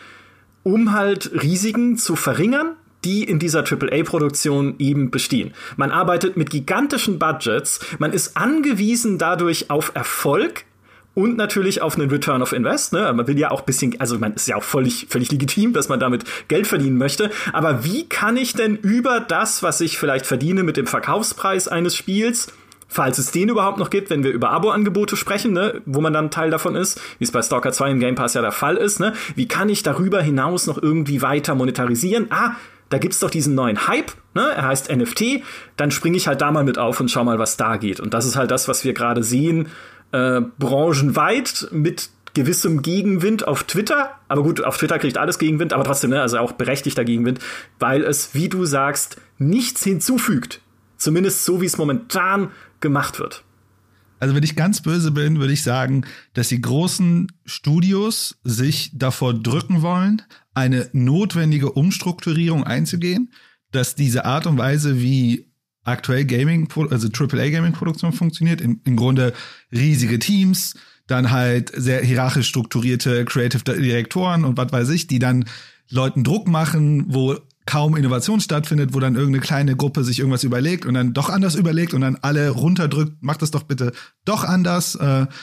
um halt Risiken zu verringern, die in dieser Triple A-Produktion eben bestehen. Man arbeitet mit gigantischen Budgets, man ist angewiesen dadurch auf Erfolg und natürlich auf einen Return of Invest. Ne? Man will ja auch ein bisschen, also man ist ja auch völlig, völlig legitim, dass man damit Geld verdienen möchte. Aber wie kann ich denn über das, was ich vielleicht verdiene mit dem Verkaufspreis eines Spiels, falls es den überhaupt noch gibt, wenn wir über Abo-Angebote sprechen, ne, wo man dann Teil davon ist, wie es bei Stalker zwei im Game Pass ja der Fall ist, ne, wie kann ich darüber hinaus noch irgendwie weiter monetarisieren? Ah, da gibt's doch diesen neuen Hype, ne? Er heißt N F T, dann springe ich halt da mal mit auf und schau mal, was da geht. Und das ist halt das, was wir gerade sehen, äh, branchenweit mit gewissem Gegenwind auf Twitter. Aber gut, auf Twitter kriegt alles Gegenwind, aber trotzdem, ne, also auch berechtigter Gegenwind, weil es, wie du sagst, nichts hinzufügt. Zumindest so, wie es momentan gemacht wird. Also wenn ich ganz böse bin, würde ich sagen, dass die großen Studios sich davor drücken wollen, eine notwendige Umstrukturierung einzugehen, dass diese Art und Weise, wie aktuell Gaming, also Triple A Gaming Produktion funktioniert, im, im Grunde riesige Teams, dann halt sehr hierarchisch strukturierte Creative Direktoren und was weiß ich, die dann Leuten Druck machen, wo kaum Innovation stattfindet, wo dann irgendeine kleine Gruppe sich irgendwas überlegt und dann doch anders überlegt und dann alle runterdrückt, macht das doch bitte doch anders.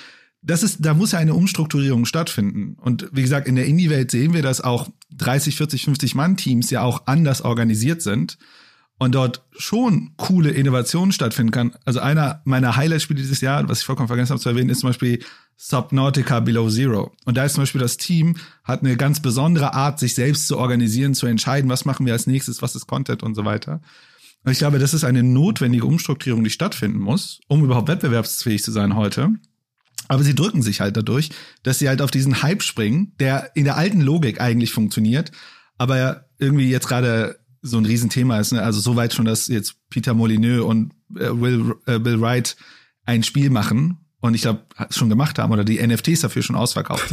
Das ist, da muss ja eine Umstrukturierung stattfinden. Und wie gesagt, in der Indie-Welt sehen wir, dass auch dreißig, vierzig, fünfzig Mann-Teams ja auch anders organisiert sind und dort schon coole Innovationen stattfinden kann. Also einer meiner Highlight-Spiele dieses Jahr, was ich vollkommen vergessen habe zu erwähnen, ist zum Beispiel Subnautica Below Zero. Und da ist zum Beispiel das Team, hat eine ganz besondere Art, sich selbst zu organisieren, zu entscheiden, was machen wir als nächstes, was ist Content und so weiter. Und ich glaube, das ist eine notwendige Umstrukturierung, die stattfinden muss, um überhaupt wettbewerbsfähig zu sein heute. Aber sie drücken sich halt dadurch, dass sie halt auf diesen Hype springen, der in der alten Logik eigentlich funktioniert, aber irgendwie jetzt gerade so ein Riesenthema ist. Ne? Also so weit schon, dass jetzt Peter Molyneux und äh, Will, äh, Bill Wright ein Spiel machen und ich glaube, schon gemacht haben oder die N F Ts dafür schon ausverkauft.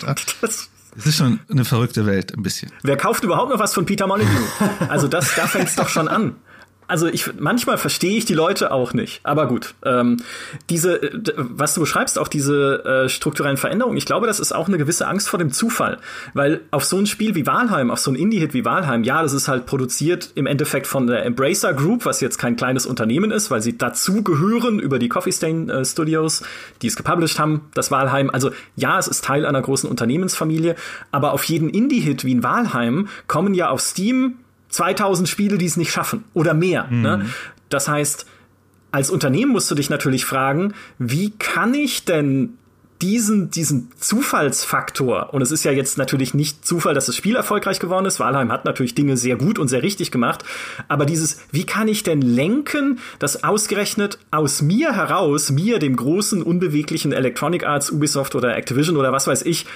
Es ist schon eine verrückte Welt, ein bisschen. Wer kauft überhaupt noch was von Peter Molyneux? Also das, da fängt's doch schon an. Also ich manchmal verstehe ich die Leute auch nicht, aber gut. Ähm, diese, was du beschreibst, auch diese äh, strukturellen Veränderungen, ich glaube, das ist auch eine gewisse Angst vor dem Zufall, weil auf so ein Spiel wie Valheim, auf so ein Indie-Hit wie Valheim, ja, das ist halt produziert im Endeffekt von der Embracer Group, was jetzt kein kleines Unternehmen ist, weil sie dazu gehören über die Coffee Stain äh, Studios, die es gepublished haben, das Valheim. Also ja, es ist Teil einer großen Unternehmensfamilie, aber auf jeden Indie-Hit wie in Valheim kommen ja auf Steam zweitausend Spiele, die es nicht schaffen oder mehr. Mhm. Ne? Das heißt, als Unternehmen musst du dich natürlich fragen, wie kann ich denn diesen, diesen Zufallsfaktor, und es ist ja jetzt natürlich nicht Zufall, dass das Spiel erfolgreich geworden ist, Valheim hat natürlich Dinge sehr gut und sehr richtig gemacht, aber dieses, wie kann ich denn lenken, dass ausgerechnet aus mir heraus, mir, dem großen, unbeweglichen Electronic Arts, Ubisoft oder Activision oder was weiß ich,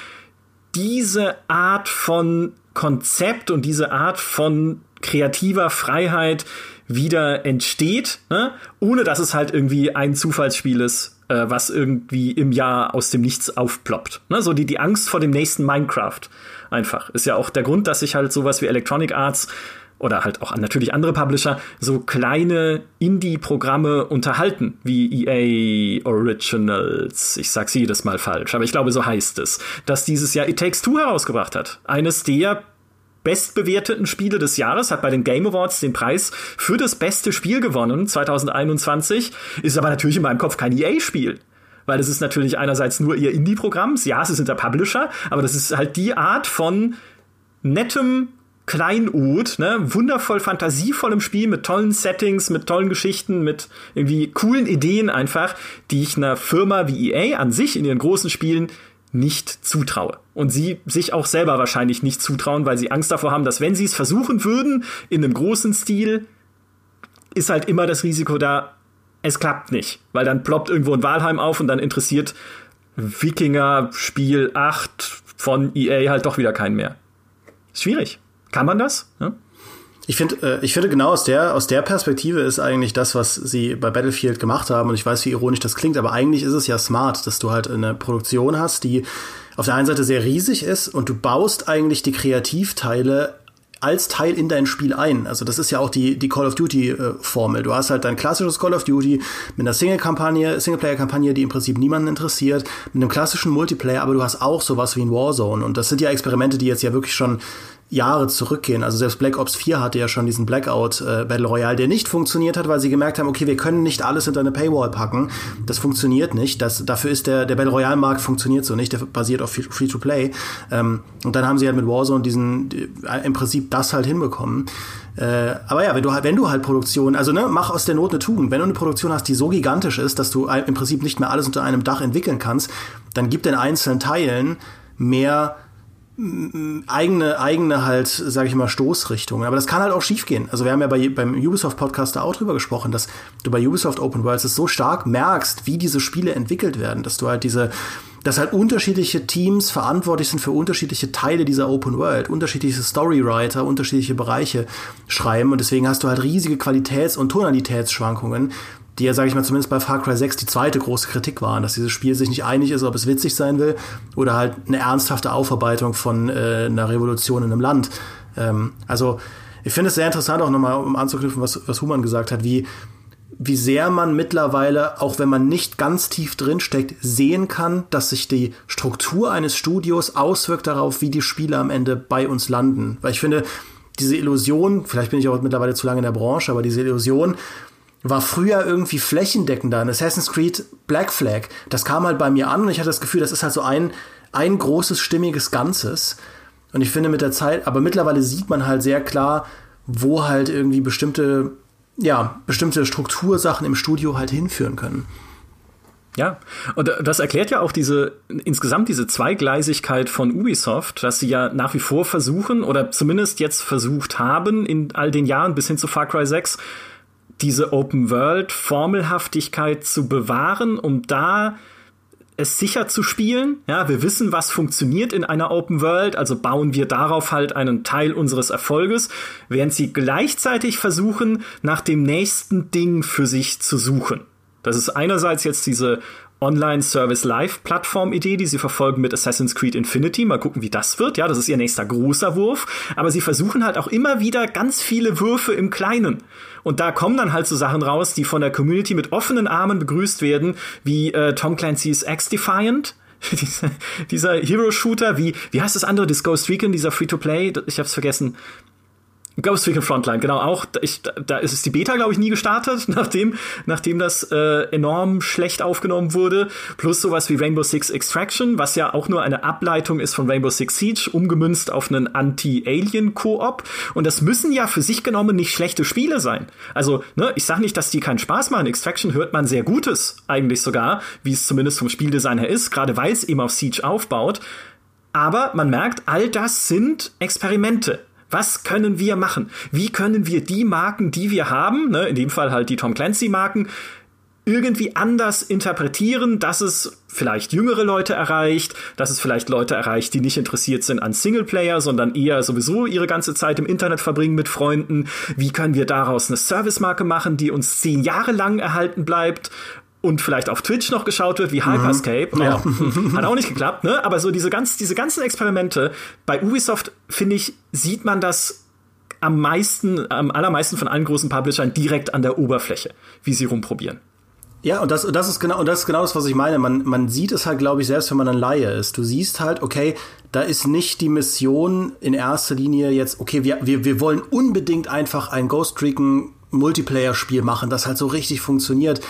diese Art von Konzept und diese Art von kreativer Freiheit wieder entsteht, ne? Ohne dass es halt irgendwie ein Zufallsspiel ist, äh, was irgendwie im Jahr aus dem Nichts aufploppt. Ne? So die, die Angst vor dem nächsten Minecraft einfach. Ist ja auch der Grund, dass sich halt sowas wie Electronic Arts oder halt auch natürlich andere Publisher so kleine Indie-Programme unterhalten, wie E A Originals. Ich sag's jedes Mal falsch, aber ich glaube, so heißt es. Dass dieses Jahr It Takes Two herausgebracht hat. Eines der bestbewerteten Spiele des Jahres, hat bei den Game Awards den Preis für das beste Spiel gewonnen, zwanzig einundzwanzig. Ist aber natürlich in meinem Kopf kein E A-Spiel. weil es ist natürlich einerseits nur ihr Indie-Programm. Ja, sie sind der Publisher, aber das ist halt die Art von nettem Kleinod, ne, wundervoll fantasievollem Spiel mit tollen Settings, mit tollen Geschichten, mit irgendwie coolen Ideen einfach, die ich einer Firma wie E A an sich in ihren großen Spielen nicht zutraue. Und sie sich auch selber wahrscheinlich nicht zutrauen, weil sie Angst davor haben, dass wenn sie es versuchen würden, in einem großen Stil, ist halt immer das Risiko da, es klappt nicht. Weil dann ploppt irgendwo ein Valheim auf und dann interessiert Wikinger Spiel acht von E A halt doch wieder keinen mehr. Schwierig. Kann man das? Ja? Ich finde, äh, ich finde genau aus der, aus der Perspektive ist eigentlich das, was sie bei Battlefield gemacht haben. Und ich weiß, wie ironisch das klingt, aber eigentlich ist es ja smart, dass du halt eine Produktion hast, die auf der einen Seite sehr riesig ist und du baust eigentlich die Kreativteile als Teil in dein Spiel ein. Also das ist ja auch die, die Call of Duty-Formel. Äh, du hast halt dein klassisches Call of Duty mit einer Single-Kampagne, Singleplayer-Kampagne, die im Prinzip niemanden interessiert, mit einem klassischen Multiplayer, aber du hast auch sowas wie ein Warzone. Und das sind ja Experimente, die jetzt ja wirklich schon Jahre zurückgehen. Also selbst Black Ops vier hatte ja schon diesen Blackout äh, Battle Royale, der nicht funktioniert hat, weil sie gemerkt haben, okay, wir können nicht alles hinter eine Paywall packen. Das funktioniert nicht. Das, dafür ist der, der Battle Royale Markt funktioniert so nicht. Der basiert auf Free-to-Play. Ähm, und dann haben sie halt mit Warzone diesen, äh, im Prinzip das halt hinbekommen. Äh, aber ja, wenn du halt, wenn du halt Produktion, also ne, mach aus der Not eine Tugend. Wenn du eine Produktion hast, die so gigantisch ist, dass du im Prinzip nicht mehr alles unter einem Dach entwickeln kannst, dann gib den einzelnen Teilen mehr eigene, eigene halt, sage ich mal, Stoßrichtungen. Aber das kann halt auch schiefgehen. Also wir haben ja bei, beim Ubisoft-Podcast da auch drüber gesprochen, dass du bei Ubisoft Open Worlds es so stark merkst, wie diese Spiele entwickelt werden, dass du halt diese, dass halt unterschiedliche Teams verantwortlich sind für unterschiedliche Teile dieser Open World, unterschiedliche Storywriter, unterschiedliche Bereiche schreiben und deswegen hast du halt riesige Qualitäts- und Tonalitätsschwankungen, die ja, sage ich mal, zumindest bei Far Cry sechs die zweite große Kritik waren, dass dieses Spiel sich nicht einig ist, ob es witzig sein will oder halt eine ernsthafte Aufarbeitung von äh, einer Revolution in einem Land. Ähm, also ich finde es sehr interessant, auch nochmal, um anzuknüpfen, was, was Human gesagt hat, wie, wie sehr man mittlerweile, auch wenn man nicht ganz tief drin steckt, sehen kann, dass sich die Struktur eines Studios auswirkt darauf, wie die Spiele am Ende bei uns landen. Weil ich finde, diese Illusion, vielleicht bin ich auch mittlerweile zu lange in der Branche, aber diese Illusion war früher irgendwie flächendeckender. In Assassin's Creed Black Flag, das kam halt bei mir an und ich hatte das Gefühl, das ist halt so ein, ein großes, stimmiges Ganzes. Und ich finde mit der Zeit, aber mittlerweile sieht man halt sehr klar, wo halt irgendwie bestimmte, ja, bestimmte Struktursachen im Studio halt hinführen können. Ja, und das erklärt ja auch diese, insgesamt diese Zweigleisigkeit von Ubisoft, dass sie ja nach wie vor versuchen, oder zumindest jetzt versucht haben, in all den Jahren bis hin zu Far Cry sechs, diese Open-World-Formelhaftigkeit zu bewahren, um da es sicher zu spielen. Ja, wir wissen, was funktioniert in einer Open-World, also bauen wir darauf halt einen Teil unseres Erfolges, während sie gleichzeitig versuchen, nach dem nächsten Ding für sich zu suchen. Das ist einerseits jetzt diese Online-Service-Live-Plattform-Idee, die sie verfolgen mit Assassin's Creed Infinity. Mal gucken, wie das wird. Ja, das ist ihr nächster großer Wurf. Aber sie versuchen halt auch immer wieder ganz viele Würfe im Kleinen. Und da kommen dann halt so Sachen raus, die von der Community mit offenen Armen begrüßt werden, wie äh, Tom Clancy's X-Defiant. dieser, dieser Hero-Shooter, wie, wie heißt das andere? Das Ghost Recon, dieser Free-to-Play. Ich hab's vergessen. Ghost Recon Frontline, genau, auch. Ich, da ist es die Beta, glaube ich, nie gestartet, nachdem, nachdem das äh, enorm schlecht aufgenommen wurde. Plus sowas wie Rainbow Six Extraction, was ja auch nur eine Ableitung ist von Rainbow Six Siege, umgemünzt auf einen Anti-Alien-Koop. Und das müssen ja für sich genommen nicht schlechte Spiele sein. Also, ne, ich sag nicht, dass die keinen Spaß machen. Extraction hört man sehr Gutes, eigentlich sogar, wie es zumindest vom Spieldesign her ist, gerade weil es eben auf Siege aufbaut. Aber man merkt, all das sind Experimente. Was können wir machen? Wie können wir die Marken, die wir haben, ne, in dem Fall halt die Tom Clancy-Marken, irgendwie anders interpretieren, dass es vielleicht jüngere Leute erreicht, dass es vielleicht Leute erreicht, die nicht interessiert sind an Singleplayer, sondern eher sowieso ihre ganze Zeit im Internet verbringen mit Freunden. Wie können wir daraus eine Service-Marke machen, die uns zehn Jahre lang erhalten bleibt? Und vielleicht auf Twitch noch geschaut wird, wie Hyperscape. Mhm. Ja. Hat auch nicht geklappt, ne? Aber so diese, ganz, diese ganzen Experimente, bei Ubisoft, finde ich, sieht man das am meisten, am allermeisten von allen großen Publishern direkt an der Oberfläche, wie sie rumprobieren. Ja, und das, das ist genau, und das ist genau das, was ich meine. Man, man sieht es halt, glaube ich, selbst wenn man ein Laie ist. Du siehst halt, okay, da ist nicht die Mission in erster Linie jetzt, okay, wir, wir, wir wollen unbedingt einfach ein Ghost Recon Multiplayer-Spiel machen, das halt so richtig funktioniert.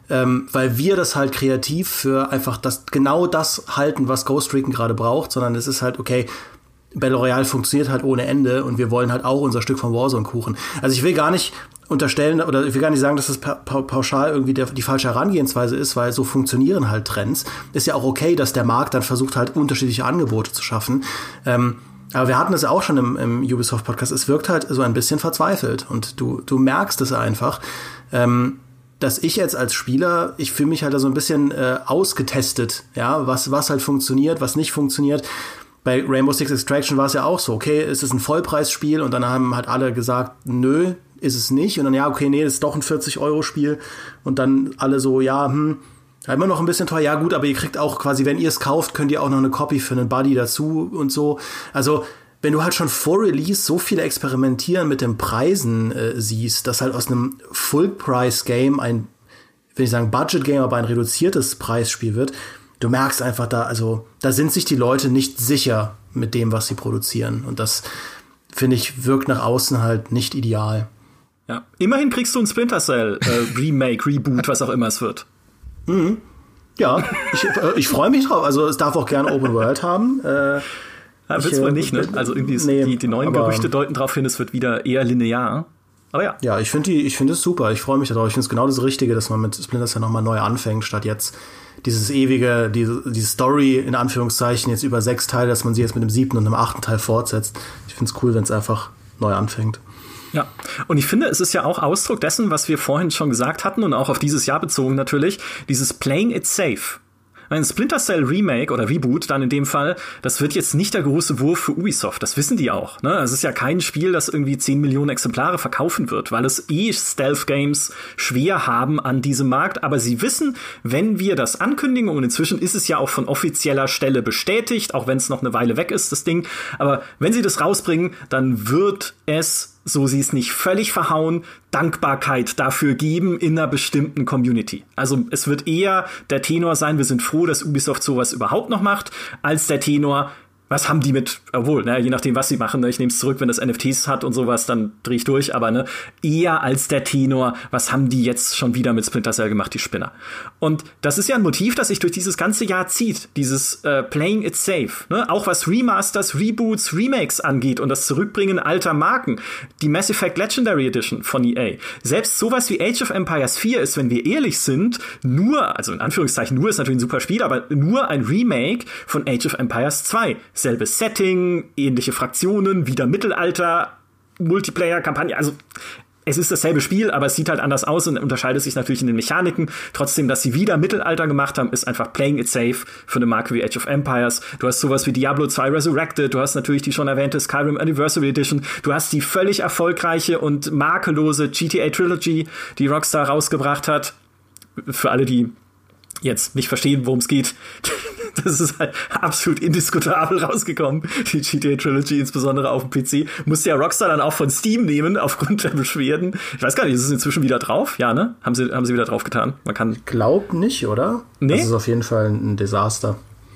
ähm, weil wir das halt kreativ für einfach das genau das halten, was Ghost Recon gerade braucht, sondern es ist halt, okay, Battle Royale funktioniert halt ohne Ende und wir wollen halt auch unser Stück vom Warzone-Kuchen. Also ich will gar nicht unterstellen, oder ich will gar nicht sagen, dass das pa- pa- pauschal irgendwie der, die falsche Herangehensweise ist, weil so funktionieren halt Trends. Ist ja auch okay, dass der Markt dann versucht halt unterschiedliche Angebote zu schaffen. Ähm, aber wir hatten es ja auch schon im, im Ubisoft-Podcast, es wirkt halt so ein bisschen verzweifelt und du, du merkst es einfach, ähm, dass ich jetzt als Spieler, ich fühle mich halt da so ein bisschen äh, ausgetestet, ja, was, was halt funktioniert, was nicht funktioniert. Bei Rainbow Six Extraction war es ja auch so, okay, es ist ein Vollpreisspiel und dann haben halt alle gesagt, nö, ist es nicht. Und dann, ja, okay, nee, das ist doch ein vierzig-Euro-Spiel. Und dann alle so, ja, hm, immer noch ein bisschen teuer. Ja gut, aber ihr kriegt auch quasi, wenn ihr es kauft, könnt ihr auch noch eine Copy für einen Buddy dazu und so. Also, wenn du halt schon vor Release so viele Experimentieren mit den Preisen äh, siehst, dass halt aus einem Full-Price-Game ein, will ich sagen, Budget-Game, aber ein reduziertes Preisspiel wird, du merkst einfach da, also da sind sich die Leute nicht sicher mit dem, was sie produzieren. Und das, finde ich, wirkt nach außen halt nicht ideal. Ja, immerhin kriegst du ein Splinter Cell äh, Remake, Reboot, was auch immer es wird. Mhm. Ja, ich, äh, ich freue mich drauf. Also es darf auch gerne Open World haben. Äh, ja, wird's wohl nicht, ne? Also irgendwie ist, nee, die, die neuen aber, Gerüchte deuten darauf hin, es wird wieder eher linear. Aber ja. Ja, ich finde die, ich finde es super. Ich freue mich darauf. Ich finde es genau das Richtige, dass man mit Splinter Cell nochmal neu anfängt, statt jetzt dieses ewige, diese, die Story in Anführungszeichen jetzt über sechs Teile, dass man sie jetzt mit dem siebten und dem achten Teil fortsetzt. Ich finde es cool, wenn es einfach neu anfängt. Ja, und ich finde, es ist ja auch Ausdruck dessen, was wir vorhin schon gesagt hatten und auch auf dieses Jahr bezogen natürlich, dieses Playing it safe. Ein Splinter Cell Remake oder Reboot dann in dem Fall, das wird jetzt nicht der große Wurf für Ubisoft, das wissen die auch. Ne? Es ist ja kein Spiel, das irgendwie zehn Millionen Exemplare verkaufen wird, weil es eh Stealth-Games schwer haben an diesem Markt. Aber sie wissen, wenn wir das ankündigen, und inzwischen ist es ja auch von offizieller Stelle bestätigt, auch wenn es noch eine Weile weg ist, das Ding, aber wenn sie das rausbringen, dann wird es, so sie es nicht völlig verhauen, Dankbarkeit dafür geben in einer bestimmten Community. Also es wird eher der Tenor sein, wir sind froh, dass Ubisoft sowas überhaupt noch macht, als der Tenor, was haben die mit, obwohl, ne, je nachdem, was sie machen, ne, ich nehme es zurück, wenn das N F Ts hat und sowas, dann drehe ich durch, aber ne, eher als der Tenor, was haben die jetzt schon wieder mit Splinter Cell gemacht, die Spinner. Und das ist ja ein Motiv, das sich durch dieses ganze Jahr zieht, dieses äh, Playing it safe, ne, auch was Remasters, Reboots, Remakes angeht und das Zurückbringen alter Marken, die Mass Effect Legendary Edition von E A, selbst sowas wie Age of Empires vier ist, wenn wir ehrlich sind, nur, also in Anführungszeichen nur, ist natürlich ein super Spiel, aber nur ein Remake von Age of Empires zwei. Selbes Setting, ähnliche Fraktionen, wieder Mittelalter, Multiplayer-Kampagne, also es ist dasselbe Spiel, aber es sieht halt anders aus und unterscheidet sich natürlich in den Mechaniken. Trotzdem, dass sie wieder Mittelalter gemacht haben, ist einfach playing it safe für eine Marke wie Age of Empires. Du hast sowas wie Diablo zwei Resurrected, du hast natürlich die schon erwähnte Skyrim Anniversary Edition, du hast die völlig erfolgreiche und makellose G T A Trilogy, die Rockstar rausgebracht hat. Für alle, die jetzt nicht verstehen, worum es geht. Das ist halt absolut indiskutabel rausgekommen, die G T A Trilogy, insbesondere auf dem P C. Musste ja Rockstar dann auch von Steam nehmen, aufgrund der Beschwerden. Ich weiß gar nicht, ist es inzwischen wieder drauf? Ja, ne? Haben sie, haben sie wieder drauf getan. Man kann. Ich glaub nicht, oder? Nee. Das ist auf jeden Fall ein Desaster.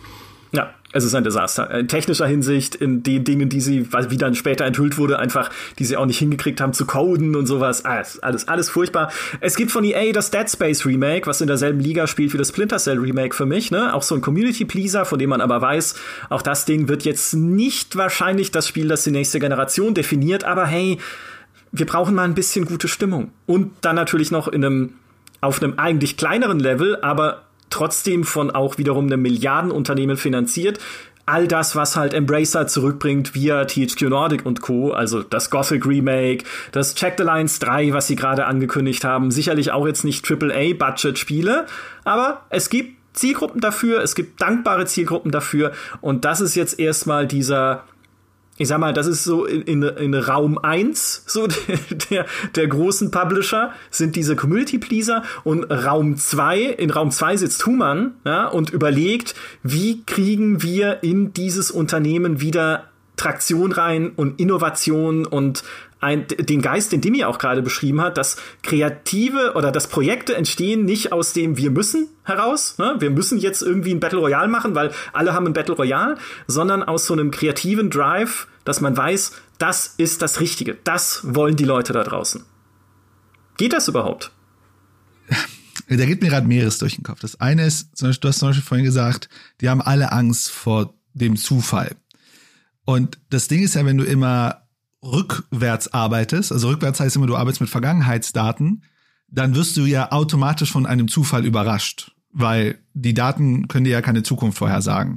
Ja, es ist ein Desaster. In technischer Hinsicht, in den Dingen, die sie, wie dann später enthüllt wurde, einfach, die sie auch nicht hingekriegt haben zu coden und sowas. Alles, alles, alles furchtbar. Es gibt von E A das Dead Space Remake, was in derselben Liga spielt wie das Splinter Cell Remake für mich, ne? Auch so ein Community-Pleaser, von dem man aber weiß, auch das Ding wird jetzt nicht wahrscheinlich das Spiel, das die nächste Generation definiert, aber hey, wir brauchen mal ein bisschen gute Stimmung. Und dann natürlich noch in einem, auf einem eigentlich kleineren Level, aber trotzdem von auch wiederum einem Milliardenunternehmen finanziert. All das, was halt Embracer zurückbringt via T H Q Nordic und Co., also das Gothic Remake, das Jagged Alliance drei, was sie gerade angekündigt haben, sicherlich auch jetzt nicht Triple A Budget Spiele, aber es gibt Zielgruppen dafür, es gibt dankbare Zielgruppen dafür und das ist jetzt erstmal dieser, ich sag mal, das ist so in, in, in Raum eins, so der, der, der großen Publisher, sind diese Community-Pleaser und Raum zwei, in Raum zwei sitzt Human, ja, und überlegt, wie kriegen wir in dieses Unternehmen wieder Traktion rein und Innovation und ein, den Geist, den Dimi auch gerade beschrieben hat, dass Kreative oder dass Projekte entstehen nicht aus dem wir müssen heraus, ne? Wir müssen jetzt irgendwie ein Battle Royale machen, weil alle haben ein Battle Royale, sondern aus so einem kreativen Drive, dass man weiß, das ist das Richtige, das wollen die Leute da draußen. Geht das überhaupt? da geht mir gerade mehreres durch den Kopf. Das eine ist, zum Beispiel, du hast zum Beispiel vorhin gesagt, die haben alle Angst vor dem Zufall. Und das Ding ist ja, wenn du immer rückwärts arbeitest, also rückwärts heißt immer, du arbeitest mit Vergangenheitsdaten, dann wirst du ja automatisch von einem Zufall überrascht, weil die Daten können dir ja keine Zukunft vorhersagen.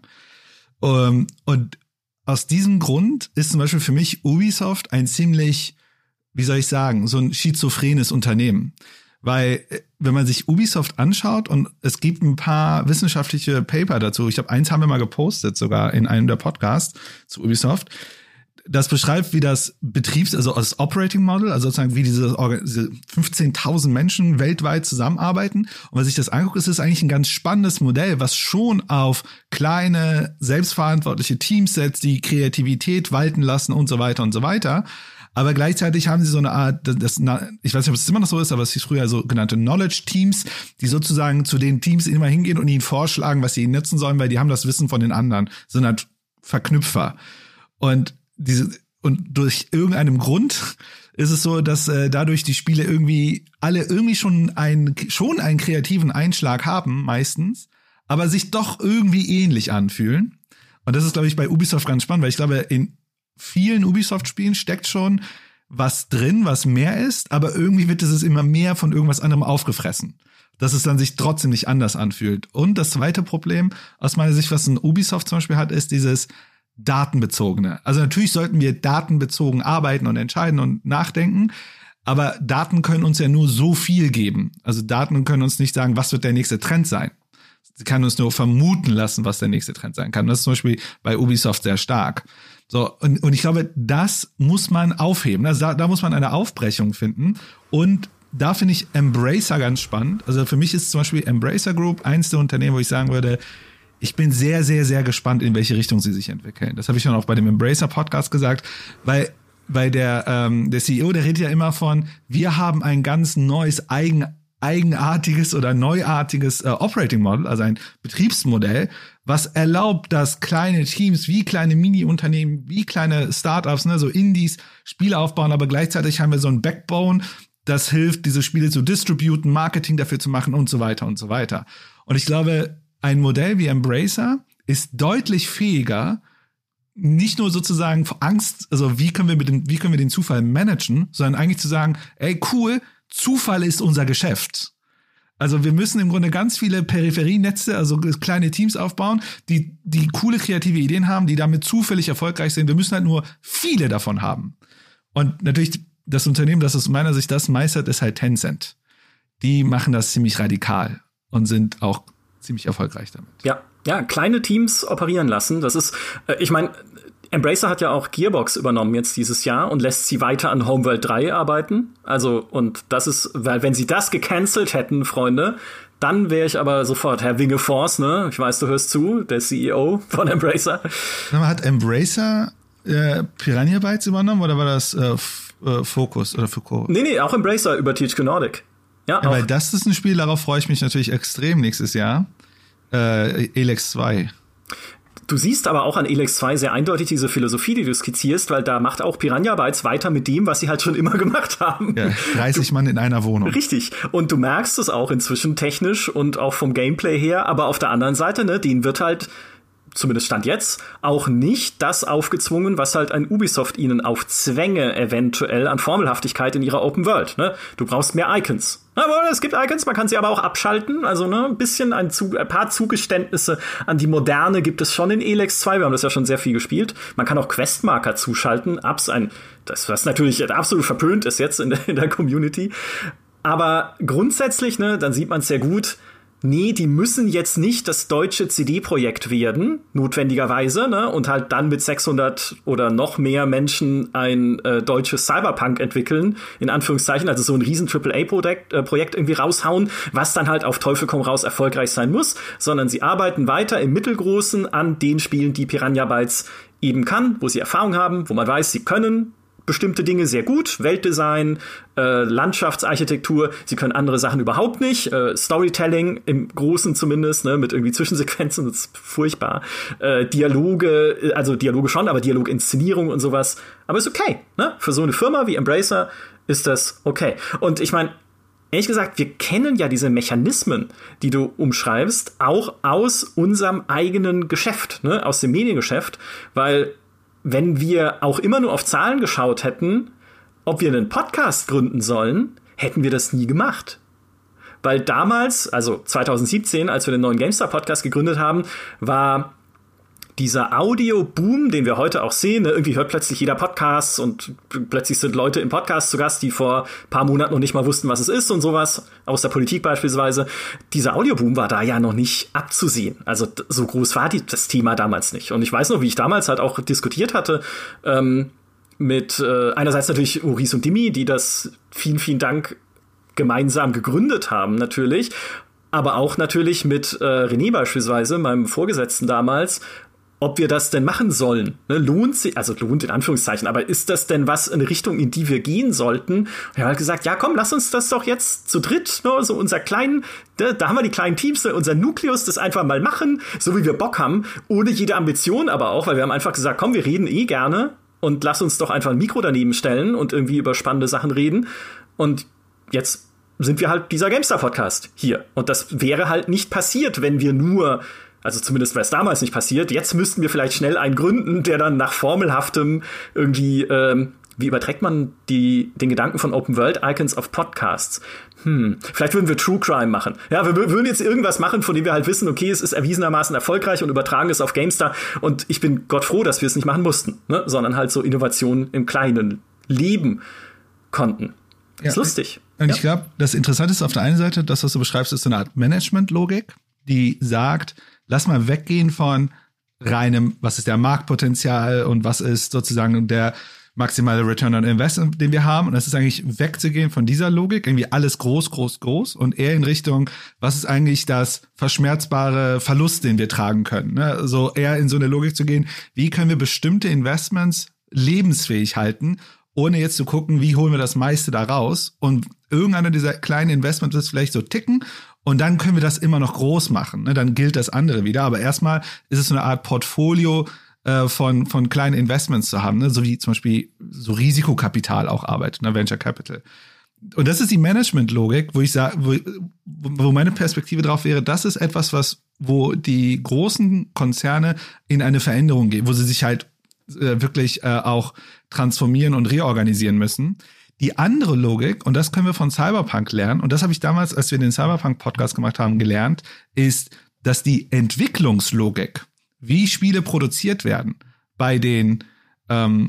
Und aus diesem Grund ist zum Beispiel für mich Ubisoft ein ziemlich, wie soll ich sagen, so ein schizophrenes Unternehmen. Weil, wenn man sich Ubisoft anschaut, und es gibt ein paar wissenschaftliche Paper dazu, ich glaube, eins haben wir mal gepostet, sogar in einem der Podcasts zu Ubisoft, das beschreibt, wie das Betriebs-, also das Operating Model, also sozusagen wie diese, diese fünfzehntausend Menschen weltweit zusammenarbeiten. Und wenn man sich das anguckt, ist es eigentlich ein ganz spannendes Modell, was schon auf kleine, selbstverantwortliche Teams setzt, die Kreativität walten lassen und so weiter und so weiter. Aber gleichzeitig haben sie so eine Art, das, ich weiß nicht, ob es immer noch so ist, aber es hieß früher sogenannte Knowledge-Teams, die sozusagen zu den Teams immer hingehen und ihnen vorschlagen, was sie ihnen nutzen sollen, weil die haben das Wissen von den anderen, sind halt Verknüpfer. Und diese, und durch irgendeinem Grund ist es so, dass äh, dadurch die Spiele irgendwie alle irgendwie schon einen, schon einen kreativen Einschlag haben, meistens, aber sich doch irgendwie ähnlich anfühlen. Und das ist, glaube ich, bei Ubisoft ganz spannend, weil ich glaube, in vielen Ubisoft-Spielen steckt schon was drin, was mehr ist, aber irgendwie wird es immer mehr von irgendwas anderem aufgefressen, dass es dann sich trotzdem nicht anders anfühlt. Und das zweite Problem aus meiner Sicht, was ein Ubisoft zum Beispiel hat, ist dieses datenbezogene. Also natürlich sollten wir datenbezogen arbeiten und entscheiden und nachdenken, aber Daten können uns ja nur so viel geben. Also Daten können uns nicht sagen, was wird der nächste Trend sein. Sie kann uns nur vermuten lassen, was der nächste Trend sein kann. Das ist zum Beispiel bei Ubisoft sehr stark. So, und, und ich glaube, das muss man aufheben. Also da, da muss man eine Aufbrechung finden. Und da finde ich Embracer ganz spannend. Also für mich ist zum Beispiel Embracer Group eins der Unternehmen, wo ich sagen würde, ich bin sehr, sehr, sehr gespannt, in welche Richtung sie sich entwickeln. Das habe ich schon auch bei dem Embracer-Podcast gesagt, weil weil der ähm, der C E O, der redet ja immer von, wir haben ein ganz neues, eigen, eigenartiges oder neuartiges äh, Operating Model, also ein Betriebsmodell, was erlaubt, dass kleine Teams wie kleine Mini-Unternehmen, wie kleine Startups, ne, so Indies, Spiele aufbauen, aber gleichzeitig haben wir so ein Backbone, das hilft, diese Spiele zu distributen, Marketing dafür zu machen und so weiter und so weiter. Und ich glaube, ein Modell wie Embracer ist deutlich fähiger, nicht nur sozusagen vor Angst, also wie können wir mit dem, wie können wir den Zufall managen, sondern eigentlich zu sagen, ey, cool, Zufall ist unser Geschäft. Also wir müssen im Grunde ganz viele Peripherienetze, also kleine Teams aufbauen, die, die coole kreative Ideen haben, die damit zufällig erfolgreich sind. Wir müssen halt nur viele davon haben. Und natürlich das Unternehmen, das aus meiner Sicht das meistert, ist halt Tencent. Die machen das ziemlich radikal und sind auch ziemlich erfolgreich damit. Ja, ja, kleine Teams operieren lassen. Das ist, äh, ich meine, Embracer hat ja auch Gearbox übernommen jetzt dieses Jahr und lässt sie weiter an Homeworld drei arbeiten. Also, und das ist, weil wenn sie das gecancelt hätten, Freunde, dann wäre ich aber sofort Herr Wingefors, ne? Ich weiß, du hörst zu, der C E O von Embracer. Hat Embracer äh, Piranha Bytes übernommen oder war das äh, F- äh, Focus oder Foucault? Nee, nee, auch Embracer über T H Q Nordic. Ja, ja, auch. weil das ist ein Spiel, darauf freue ich mich natürlich extrem nächstes Jahr. Äh, Elex zwei. Du siehst aber auch an Elex zwei sehr eindeutig diese Philosophie, die du skizzierst, weil da macht auch Piranha Bytes weiter mit dem, was sie halt schon immer gemacht haben. Ja, dreißig Mann in einer Wohnung. Richtig. Und du merkst es auch inzwischen technisch und auch vom Gameplay her, aber auf der anderen Seite, ne, denen wird halt, zumindest Stand jetzt, auch nicht das aufgezwungen, was halt ein Ubisoft ihnen aufzwänge, eventuell an Formelhaftigkeit in ihrer Open World. Ne? Du brauchst mehr Icons. Aber es gibt Icons, man kann sie aber auch abschalten. Also ne, ein bisschen, ein, Zug, ein paar Zugeständnisse an die Moderne gibt es schon in Elex zwei. Wir haben das ja schon sehr viel gespielt. Man kann auch Questmarker zuschalten. Abs ein, das, was natürlich absolut verpönt ist jetzt in der, in der Community. Aber grundsätzlich, ne, dann sieht man es sehr gut. Nee, die müssen jetzt nicht das deutsche C D-Projekt werden, notwendigerweise, ne, und halt dann mit sechshundert oder noch mehr Menschen ein äh, deutsches Cyberpunk entwickeln, in Anführungszeichen, also so ein riesen Triple A-Projekt äh, Projekt irgendwie raushauen, was dann halt auf Teufel komm raus erfolgreich sein muss, sondern sie arbeiten weiter im Mittelgroßen an den Spielen, die Piranha Bytes eben kann, wo sie Erfahrung haben, wo man weiß, sie können bestimmte Dinge sehr gut, Weltdesign, äh, Landschaftsarchitektur, sie können andere Sachen überhaupt nicht, äh, Storytelling im Großen zumindest, ne, mit irgendwie Zwischensequenzen, das ist furchtbar, äh, Dialoge, also Dialoge schon, aber Dialoginszenierung und sowas, aber ist okay, ne, für so eine Firma wie Embracer ist das okay. Und ich meine, ehrlich gesagt, wir kennen ja diese Mechanismen, die du umschreibst, auch aus unserem eigenen Geschäft, ne, aus dem Mediengeschäft, weil wenn wir auch immer nur auf Zahlen geschaut hätten, ob wir einen Podcast gründen sollen, hätten wir das nie gemacht. Weil damals, also zwanzig siebzehn, als wir den neuen GameStar-Podcast gegründet haben, war dieser Audio-Boom, den wir heute auch sehen, ne? Irgendwie hört plötzlich jeder Podcasts und plötzlich sind Leute im Podcast zu Gast, die vor ein paar Monaten noch nicht mal wussten, was es ist und sowas, aus der Politik beispielsweise. Dieser Audio-Boom war da ja noch nicht abzusehen. Also so groß war die, das Thema damals nicht. Und ich weiß noch, wie ich damals halt auch diskutiert hatte, ähm, mit äh, einerseits natürlich Maurice und Dimi, die das, vielen, vielen Dank, gemeinsam gegründet haben natürlich, aber auch natürlich mit äh, René beispielsweise, meinem Vorgesetzten damals, ob wir das denn machen sollen. Ne, lohnt sich, also lohnt in Anführungszeichen, aber ist das denn was, eine Richtung, in die wir gehen sollten? Und er hat halt gesagt, ja komm, lass uns das doch jetzt zu dritt, ne, so unser kleinen, da, da haben wir die kleinen Teams, unser Nukleus, das einfach mal machen, so wie wir Bock haben, ohne jede Ambition aber auch, weil wir haben einfach gesagt, komm, wir reden eh gerne und lass uns doch einfach ein Mikro daneben stellen und irgendwie über spannende Sachen reden. Und jetzt sind wir halt dieser GameStar-Podcast hier. Und das wäre halt nicht passiert, wenn wir nur, also zumindest wäre es damals nicht passiert, jetzt müssten wir vielleicht schnell einen gründen, der dann nach formelhaftem irgendwie, ähm, wie überträgt man die, den Gedanken von Open World Icons auf Podcasts? Hm, vielleicht würden wir True Crime machen. Ja, wir würden jetzt irgendwas machen, von dem wir halt wissen, okay, es ist erwiesenermaßen erfolgreich und übertragen es auf GameStar. Und ich bin Gott froh, dass wir es nicht machen mussten, ne? Sondern halt so Innovationen im Kleinen leben konnten. Ja, ist lustig. Und ja. Ich glaube, das Interessante ist auf der einen Seite, das, was du beschreibst, ist so eine Art Management-Logik, die sagt, lass mal weggehen von reinem, was ist der Marktpotenzial und was ist sozusagen der maximale Return on Investment, den wir haben. Und das ist eigentlich wegzugehen von dieser Logik, irgendwie alles groß, groß, groß und eher in Richtung, was ist eigentlich das verschmerzbare Verlust, den wir tragen können. Ne? So eher in so eine Logik zu gehen, wie können wir bestimmte Investments lebensfähig halten, ohne jetzt zu gucken, wie holen wir das meiste da raus. Und irgendeiner dieser kleinen Investments ist vielleicht so ticken und dann können wir das immer noch groß machen. Ne? Dann gilt das andere wieder. Aber erstmal ist es so eine Art Portfolio äh, von von kleinen Investments zu haben, ne? So wie zum Beispiel so Risikokapital auch arbeitet, ne? Venture Capital. Und das ist die Management-Logik, wo ich sage, wo, wo meine Perspektive drauf wäre, das ist etwas, was wo die großen Konzerne in eine Veränderung gehen, wo sie sich halt äh, wirklich äh, auch transformieren und reorganisieren müssen. Die andere Logik, und das können wir von Cyberpunk lernen, und das habe ich damals, als wir den Cyberpunk-Podcast gemacht haben, gelernt, ist, dass die Entwicklungslogik, wie Spiele produziert werden, bei den ähm,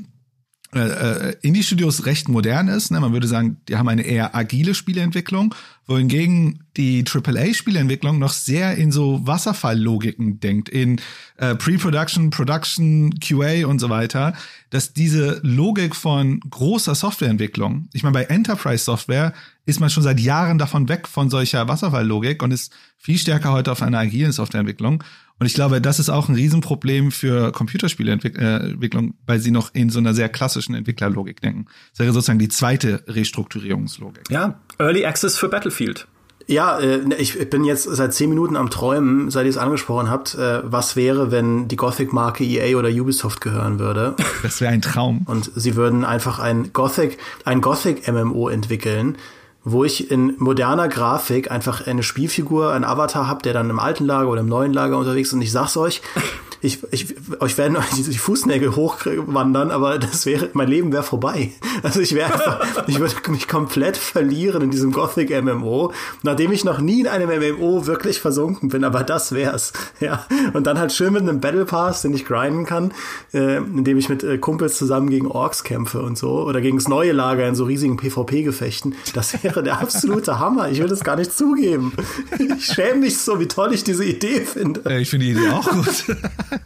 äh, Indie-Studios recht modern ist. Ne? Man würde sagen, die haben eine eher agile Spieleentwicklung, wohingegen die Triple A-Spieleentwicklung noch sehr in so Wasserfalllogiken denkt, in äh, Pre-Production, Production, Q A und so weiter, dass diese Logik von großer Softwareentwicklung, ich meine, bei Enterprise-Software ist man schon seit Jahren davon weg von solcher Wasserfalllogik und ist viel stärker heute auf einer agilen Softwareentwicklung. Und ich glaube, das ist auch ein Riesenproblem für Computerspieleentwicklung, weil sie noch in so einer sehr klassischen Entwicklerlogik denken. Das wäre sozusagen die zweite Restrukturierungslogik. Ja, Early Access für Battlefield. Ja, äh, ich bin jetzt seit zehn Minuten am Träumen, seit ihr es angesprochen habt, äh, was wäre, wenn die Gothic-Marke E A oder Ubisoft gehören würde. Das wäre ein Traum. Und sie würden einfach ein Gothic, ein Gothic-M M O entwickeln, wo ich in moderner Grafik einfach eine Spielfigur, einen Avatar hab, der dann im alten Lager oder im neuen Lager unterwegs ist. Und ich sag's euch, ich, ich, euch werden die, die Fußnägel hochwandern, aber das wäre, mein Leben wäre vorbei. Also ich wäre einfach, ich würde mich komplett verlieren in diesem Gothic-M M O, nachdem ich noch nie in einem M M O wirklich versunken bin, aber das wär's. Ja. Und dann halt schön mit einem Battle Pass, den ich grinden kann, äh, indem ich mit äh, Kumpels zusammen gegen Orks kämpfe und so, oder gegen das neue Lager in so riesigen PvP-Gefechten. Das wäre der absolute Hammer. Ich will das gar nicht zugeben. Ich schäme mich so, wie toll ich diese Idee finde. Ich finde die Idee auch gut.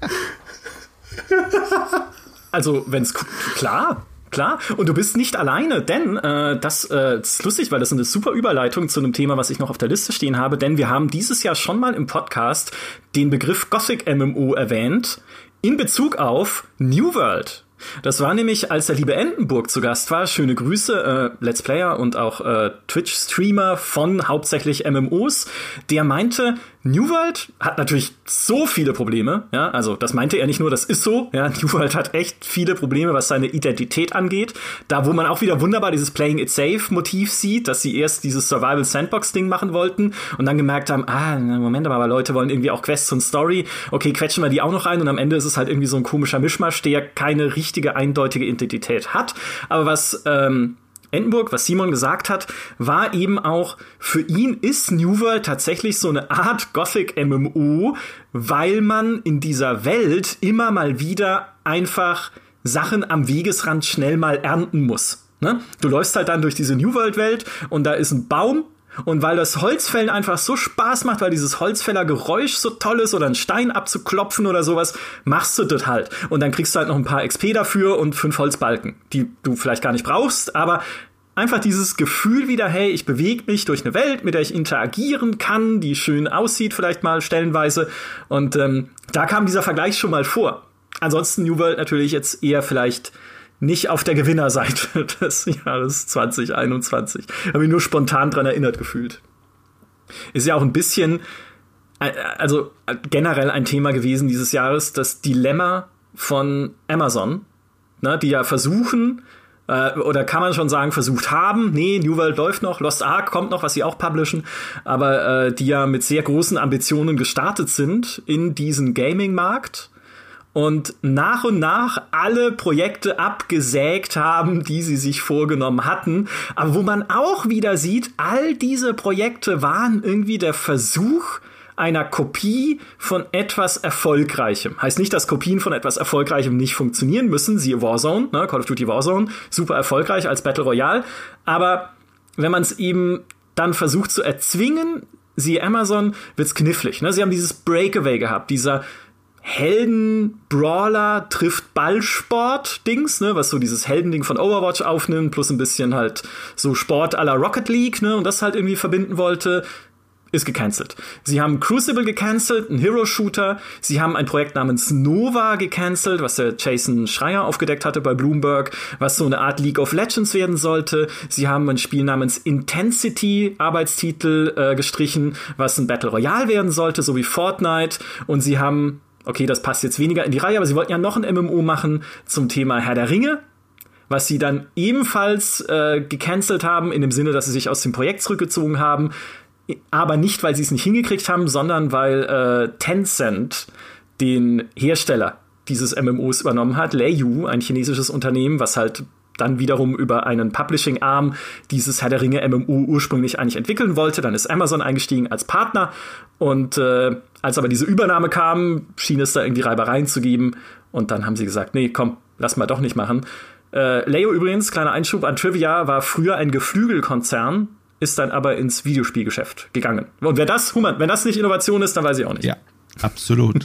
Also, wenn's klar, klar. Und du bist nicht alleine, denn äh, das, äh, das ist lustig, weil das ist eine super Überleitung zu einem Thema, was ich noch auf der Liste stehen habe. Denn wir haben dieses Jahr schon mal im Podcast den Begriff Gothic M M O erwähnt in Bezug auf New World. Das war nämlich, als der liebe Entenburg zu Gast war, schöne Grüße, äh, Let's Player und auch äh, Twitch-Streamer von hauptsächlich M M Os, der meinte, New World hat natürlich so viele Probleme, ja, also das meinte er nicht nur, das ist so, ja, New World hat echt viele Probleme, was seine Identität angeht, da wo man auch wieder wunderbar dieses Playing It Safe-Motiv sieht, dass sie erst dieses Survival-Sandbox-Ding machen wollten und dann gemerkt haben, ah, Moment, aber Leute wollen irgendwie auch Quests und Story, okay, quetschen wir die auch noch rein und am Ende ist es halt irgendwie so ein komischer Mischmasch, der keine richtige, eindeutige Identität hat, aber was, ähm, Entenburg, was Simon gesagt hat, war eben auch, für ihn ist New World tatsächlich so eine Art Gothic-M M O, weil man in dieser Welt immer mal wieder einfach Sachen am Wegesrand schnell mal ernten muss. Ne? Du läufst halt dann durch diese New World-Welt und da ist ein Baum. Und weil das Holzfällen einfach so Spaß macht, weil dieses Holzfällergeräusch so toll ist oder einen Stein abzuklopfen oder sowas, machst du das halt. Und dann kriegst du halt noch ein paar X P dafür und fünf Holzbalken, die du vielleicht gar nicht brauchst, aber einfach dieses Gefühl wieder, hey, ich bewege mich durch eine Welt, mit der ich interagieren kann, die schön aussieht vielleicht mal stellenweise. Und ähm, da kam dieser Vergleich schon mal vor. Ansonsten New World natürlich jetzt eher vielleicht nicht auf der Gewinnerseite des Jahres zwanzig einundzwanzig. Habe mich nur spontan dran erinnert gefühlt. Ist ja auch ein bisschen, also generell ein Thema gewesen dieses Jahres, das Dilemma von Amazon, ne, die ja versuchen, äh, oder kann man schon sagen, versucht haben, nee, New World läuft noch, Lost Ark kommt noch, was sie auch publishen, aber äh, die ja mit sehr großen Ambitionen gestartet sind in diesen Gaming-Markt und nach und nach alle Projekte abgesägt haben, die sie sich vorgenommen hatten. Aber wo man auch wieder sieht, all diese Projekte waren irgendwie der Versuch einer Kopie von etwas Erfolgreichem. Heißt nicht, dass Kopien von etwas Erfolgreichem nicht funktionieren müssen. Siehe Warzone, ne? Call of Duty Warzone, super erfolgreich als Battle Royale. Aber wenn man es eben dann versucht zu erzwingen, siehe Amazon, wird's knifflig. Ne? Sie haben dieses Breakaway gehabt, dieser Helden-Brawler trifft Ballsport-Dings, ne, was so dieses Heldending von Overwatch aufnimmt, plus ein bisschen halt so Sport à la Rocket League, ne, und das halt irgendwie verbinden wollte, ist gecancelt. Sie haben Crucible gecancelt, ein Hero-Shooter. Sie haben ein Projekt namens Nova gecancelt, was der Jason Schreier aufgedeckt hatte bei Bloomberg, was so eine Art League of Legends werden sollte. Sie haben ein Spiel namens Intensity, Arbeitstitel, äh, gestrichen, was ein Battle Royale werden sollte, so wie Fortnite. Und sie haben okay, das passt jetzt weniger in die Reihe, aber sie wollten ja noch ein M M O machen zum Thema Herr der Ringe, was sie dann ebenfalls äh, gecancelt haben, in dem Sinne, dass sie sich aus dem Projekt zurückgezogen haben, aber nicht, weil sie es nicht hingekriegt haben, sondern weil äh, Tencent den Hersteller dieses M M Os übernommen hat, Leyou, ein chinesisches Unternehmen, was halt dann wiederum über einen Publishing-Arm dieses Herr der Ringe M M O ursprünglich eigentlich entwickeln wollte. Dann ist Amazon eingestiegen als Partner. Und äh, als aber diese Übernahme kam, schien es da irgendwie Reibereien zu geben. Und dann haben sie gesagt, nee, komm, lass mal doch nicht machen. Äh, Leyou übrigens, kleiner Einschub an Trivia, war früher ein Geflügelkonzern, ist dann aber ins Videospielgeschäft gegangen. Und wer das, Human, wenn das nicht Innovation ist, dann weiß ich auch nicht. Ja, absolut.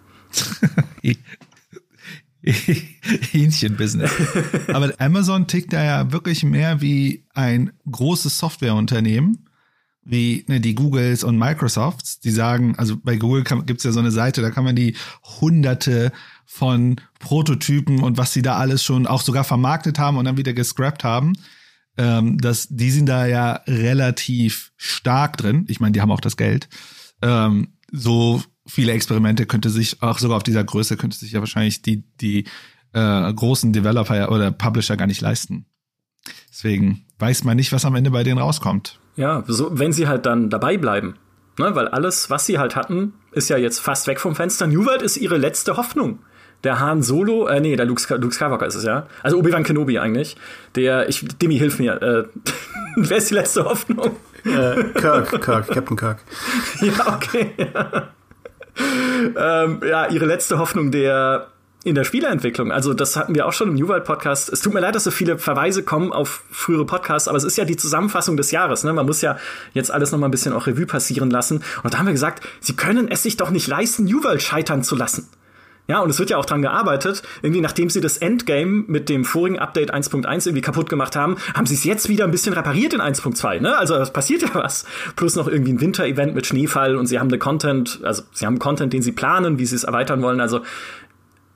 Hähnchenbusiness. Aber Amazon tickt da ja wirklich mehr wie ein großes Softwareunternehmen, wie ne, die Googles und Microsofts, die sagen, also bei Google gibt es ja so eine Seite, da kann man die hunderte von Prototypen und was sie da alles schon auch sogar vermarktet haben und dann wieder gescrapped haben. Ähm, das, die sind da ja relativ stark drin. Ich meine, die haben auch das Geld. Ähm, so viele Experimente könnte sich, auch sogar auf dieser Größe, könnte sich ja wahrscheinlich die, die äh, großen Developer oder Publisher gar nicht leisten. Deswegen weiß man nicht, was am Ende bei denen rauskommt. Ja, so, wenn sie halt dann dabei bleiben. Ne, weil alles, was sie halt hatten, ist ja jetzt fast weg vom Fenster. New World ist ihre letzte Hoffnung. Der Han Solo, äh, nee, der Luke, Luke Skywalker ist es, ja. Also Obi-Wan Kenobi eigentlich. Der, ich, Demi, hilf mir. Äh, wer ist die letzte Hoffnung? Äh, Kirk, Kirk, Captain Kirk. Ja, okay. Ja. ähm, ja, ihre letzte Hoffnung der in der Spieleentwicklung. Also das hatten wir auch schon im New World Podcast. Es tut mir leid, dass so viele Verweise kommen auf frühere Podcasts, aber es ist ja die Zusammenfassung des Jahres. Ne? Man muss ja jetzt alles noch mal ein bisschen auch Revue passieren lassen. Und da haben wir gesagt, sie können es sich doch nicht leisten, New World scheitern zu lassen. Ja, und es wird ja auch dran gearbeitet. Irgendwie, nachdem sie das Endgame mit dem vorigen Update eins Punkt eins irgendwie kaputt gemacht haben, haben sie es jetzt wieder ein bisschen repariert in eins Punkt zwei, ne? Also, es passiert ja was. Plus noch irgendwie ein Winter-Event mit Schneefall und sie haben eine Content, also, sie haben Content, den sie planen, wie sie es erweitern wollen. Also,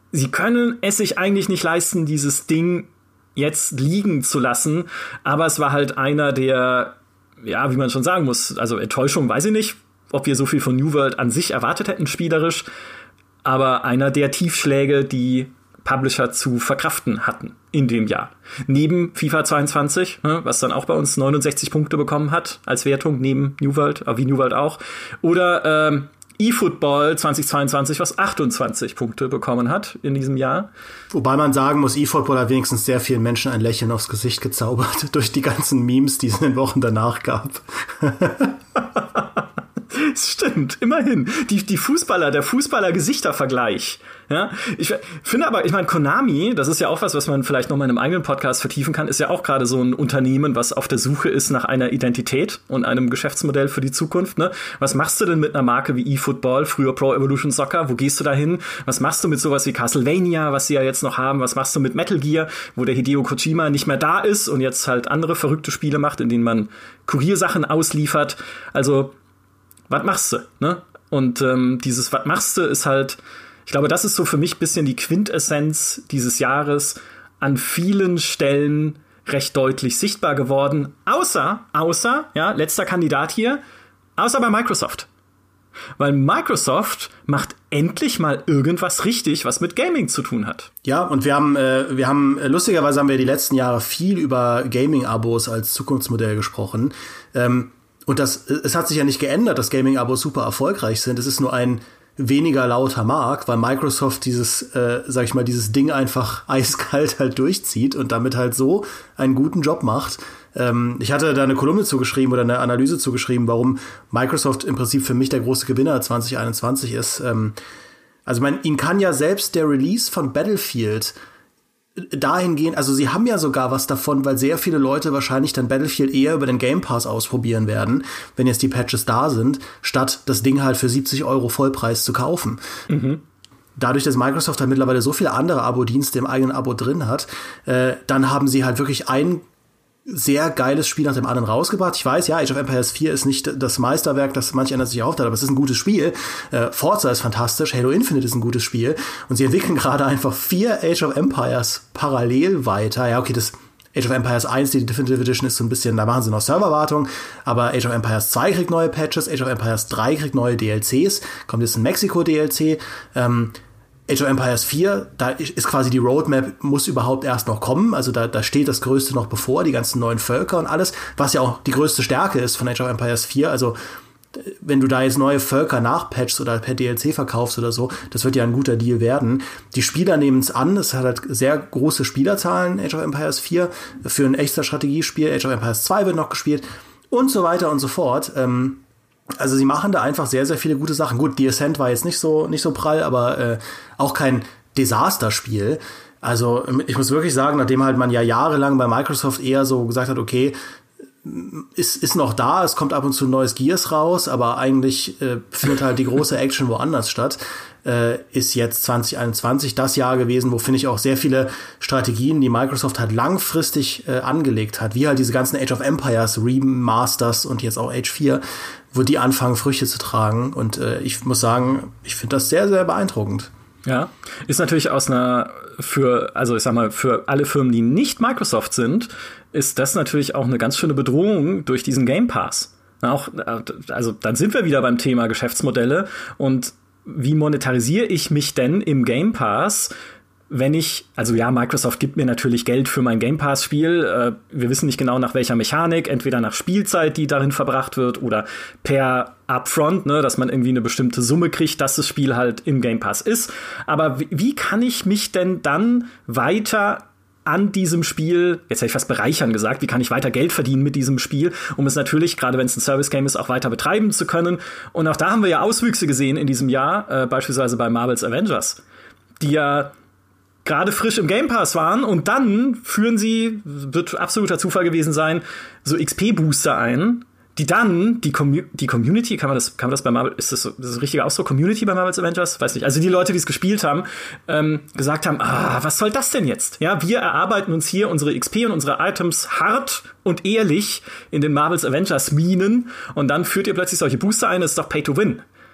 sie können es sich eigentlich nicht leisten, dieses Ding jetzt liegen zu lassen, aber es war halt einer der, ja, wie man schon sagen muss, also Enttäuschung weiß ich nicht, ob wir so viel von New World an sich erwartet hätten, spielerisch, aber einer der Tiefschläge, die Publisher zu verkraften hatten in dem Jahr. Neben FIFA zweiundzwanzig, ne, was dann auch bei uns neunundsechzig Punkte bekommen hat als Wertung, neben New World, wie New World auch, oder ähm, eFootball zweitausendzweiundzwanzig, was achtundzwanzig Punkte bekommen hat in diesem Jahr. Wobei man sagen muss, eFootball hat wenigstens sehr vielen Menschen ein Lächeln aufs Gesicht gezaubert durch die ganzen Memes, die es in den Wochen danach gab. Stimmt, immerhin. Die, die Fußballer, der Fußballer-Gesichter-Vergleich. Ja, ich finde aber, ich meine, Konami, das ist ja auch was, was man vielleicht noch mal in einem eigenen Podcast vertiefen kann, ist ja auch gerade so ein Unternehmen, was auf der Suche ist nach einer Identität und einem Geschäftsmodell für die Zukunft. Ne? Was machst du denn mit einer Marke wie eFootball, früher Pro Evolution Soccer? Wo gehst du da hin? Was machst du mit sowas wie Castlevania, was sie ja jetzt noch haben? Was machst du mit Metal Gear, wo der Hideo Kojima nicht mehr da ist und jetzt halt andere verrückte Spiele macht, in denen man Kuriersachen ausliefert? Also, was machst du? Ne? Und ähm, dieses was machst du ist halt, ich glaube, das ist so für mich ein bisschen die Quintessenz dieses Jahres, an vielen Stellen recht deutlich sichtbar geworden. Außer, außer, ja, letzter Kandidat hier, außer bei Microsoft. Weil Microsoft macht endlich mal irgendwas richtig, was mit Gaming zu tun hat. Ja, und wir haben, äh, wir haben, äh, lustigerweise haben wir die letzten Jahre viel über Gaming-Abos als Zukunftsmodell gesprochen. Ähm, Und das, es hat sich ja nicht geändert, dass Gaming-Abos super erfolgreich sind. Es ist nur ein weniger lauter Markt, weil Microsoft dieses, äh, sag ich mal, dieses Ding einfach eiskalt halt durchzieht und damit halt so einen guten Job macht. Ähm, ich hatte da eine Kolumne zugeschrieben oder eine Analyse zugeschrieben, warum Microsoft im Prinzip für mich der große Gewinner zwanzig einundzwanzig ist. Ähm, also man, ihnen kann ja selbst der Release von Battlefield dahingehend, also sie haben ja sogar was davon, weil sehr viele Leute wahrscheinlich dann Battlefield eher über den Game Pass ausprobieren werden, wenn jetzt die Patches da sind, statt das Ding halt für siebzig Euro Vollpreis zu kaufen. Mhm. Dadurch, dass Microsoft halt mittlerweile so viele andere Abo-Dienste im eigenen Abo drin hat, äh, dann haben sie halt wirklich ein sehr geiles Spiel nach dem anderen rausgebracht. Ich weiß, ja, Age of Empires vier ist nicht das Meisterwerk, das manch einer sich erhofft hat, aber es ist ein gutes Spiel. Äh, Forza ist fantastisch, Halo Infinite ist ein gutes Spiel und sie entwickeln gerade einfach vier Age of Empires parallel weiter. Ja, okay, das Age of Empires eins, die Definitive Edition, ist so ein bisschen, da machen sie noch Serverwartung, aber Age of Empires zwei kriegt neue Patches, Age of Empires drei kriegt neue D L Cs, kommt jetzt ein Mexiko-D L C, ähm, Age of Empires vier, da ist quasi die Roadmap, muss überhaupt erst noch kommen, also da, da steht das Größte noch bevor, die ganzen neuen Völker und alles, was ja auch die größte Stärke ist von Age of Empires vier, also wenn du da jetzt neue Völker nachpatchst oder per D L C verkaufst oder so, das wird ja ein guter Deal werden. Die Spieler nehmen es an, es hat halt sehr große Spielerzahlen, Age of Empires vier, für ein echter Strategiespiel, Age of Empires zwei wird noch gespielt und so weiter und so fort. Ähm, Also sie machen da einfach sehr, sehr viele gute Sachen. Gut, The Ascent war jetzt nicht so nicht so prall, aber äh, auch kein Desasterspiel. Also ich muss wirklich sagen, nachdem halt man ja jahrelang bei Microsoft eher so gesagt hat, okay, ist ist noch da, es kommt ab und zu ein neues Gears raus, aber eigentlich äh, findet halt die große Action woanders statt, äh, ist jetzt zwanzig einundzwanzig das Jahr gewesen, wo, finde ich, auch sehr viele Strategien, die Microsoft halt langfristig äh, angelegt hat, wie halt diese ganzen Age of Empires Remasters und jetzt auch Age vier, wo die anfangen, Früchte zu tragen. Und äh, ich muss sagen, ich finde das sehr, sehr beeindruckend. Ja, ist natürlich aus einer, für, also ich sag mal, für alle Firmen, die nicht Microsoft sind, ist das natürlich auch eine ganz schöne Bedrohung durch diesen Game Pass. Auch, also dann sind wir wieder beim Thema Geschäftsmodelle und wie monetarisiere ich mich denn im Game Pass, wenn ich, also ja, Microsoft gibt mir natürlich Geld für mein Game Pass-Spiel. Äh, wir wissen nicht genau nach welcher Mechanik, entweder nach Spielzeit, die darin verbracht wird, oder per Upfront, ne, dass man irgendwie eine bestimmte Summe kriegt, dass das Spiel halt im Game Pass ist. Aber wie, wie kann ich mich denn dann weiter an diesem Spiel, jetzt hätte ich fast bereichern gesagt, wie kann ich weiter Geld verdienen mit diesem Spiel, um es natürlich, gerade wenn es ein Service-Game ist, auch weiter betreiben zu können. Und auch da haben wir ja Auswüchse gesehen in diesem Jahr, äh, beispielsweise bei Marvel's Avengers, die ja gerade frisch im Game Pass waren und dann führen sie, wird absoluter Zufall gewesen sein, so X P-Booster ein, die dann die, Commu- die Community, kann man das, kann man das bei Marvel, ist das so, das ist ein richtiger Ausdruck, Community bei Marvel's Avengers? Weiß nicht. Also die Leute, die es gespielt haben, ähm, gesagt haben, ah, was soll das denn jetzt? Ja, wir erarbeiten uns hier unsere X P und unsere Items hart und ehrlich in den Marvel's Avengers Minen und dann führt ihr plötzlich solche Booster ein, das ist doch Pay to Win.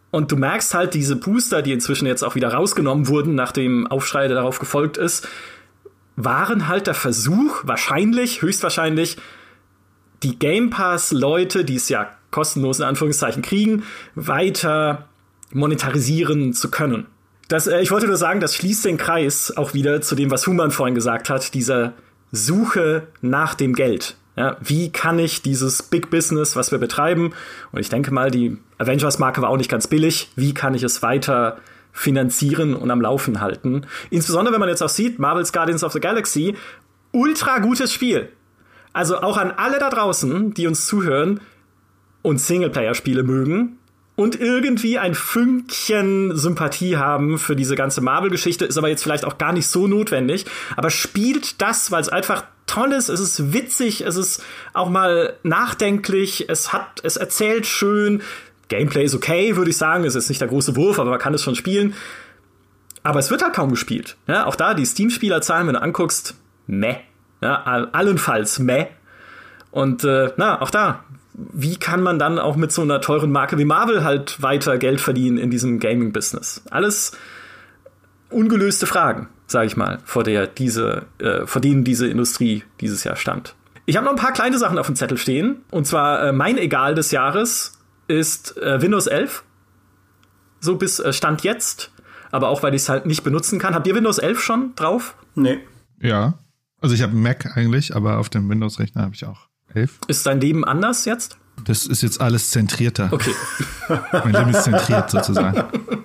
Und du merkst halt, diese Booster, die inzwischen jetzt auch wieder rausgenommen wurden, nachdem Aufschrei darauf gefolgt ist, waren halt der Versuch, wahrscheinlich, höchstwahrscheinlich, die Game Pass-Leute, die es ja kostenlos in Anführungszeichen kriegen, weiter monetarisieren zu können. Das, äh, ich wollte nur sagen, das schließt den Kreis auch wieder zu dem, was Human vorhin gesagt hat, dieser Suche nach dem Geld. Ja, wie kann ich dieses Big Business, was wir betreiben, und ich denke mal, die Avengers-Marke war auch nicht ganz billig, wie kann ich es weiter finanzieren und am Laufen halten? Insbesondere, wenn man jetzt auch sieht, Marvel's Guardians of the Galaxy, ultra gutes Spiel. Also auch an alle da draußen, die uns zuhören und Singleplayer-Spiele mögen und irgendwie ein Fünkchen Sympathie haben für diese ganze Marvel-Geschichte, ist aber jetzt vielleicht auch gar nicht so notwendig, aber spielt das, weil es einfach toll ist, es ist witzig, es ist auch mal nachdenklich, es hat, es erzählt schön, Gameplay ist okay, würde ich sagen, es ist nicht der große Wurf, aber man kann es schon spielen. Aber es wird halt kaum gespielt. Ja, auch da, die Steam-Spielerzahlen, wenn du anguckst, meh. Ja, allenfalls meh. Und äh, na, auch da, wie kann man dann auch mit so einer teuren Marke wie Marvel halt weiter Geld verdienen in diesem Gaming-Business? Alles ungelöste Fragen, sage ich mal, vor der diese, äh, vor denen diese Industrie dieses Jahr stand. Ich habe noch ein paar kleine Sachen auf dem Zettel stehen. Und zwar äh, mein Egal des Jahres ist äh, Windows elf. So bis äh, Stand jetzt. Aber auch, weil ich es halt nicht benutzen kann. Habt ihr Windows elf schon drauf? Nee. Ja. Also ich habe einen Mac eigentlich, aber auf dem Windows-Rechner habe ich auch elf. Ist dein Leben anders jetzt? Das ist jetzt alles zentrierter. Okay. Mein Leben ist zentriert sozusagen.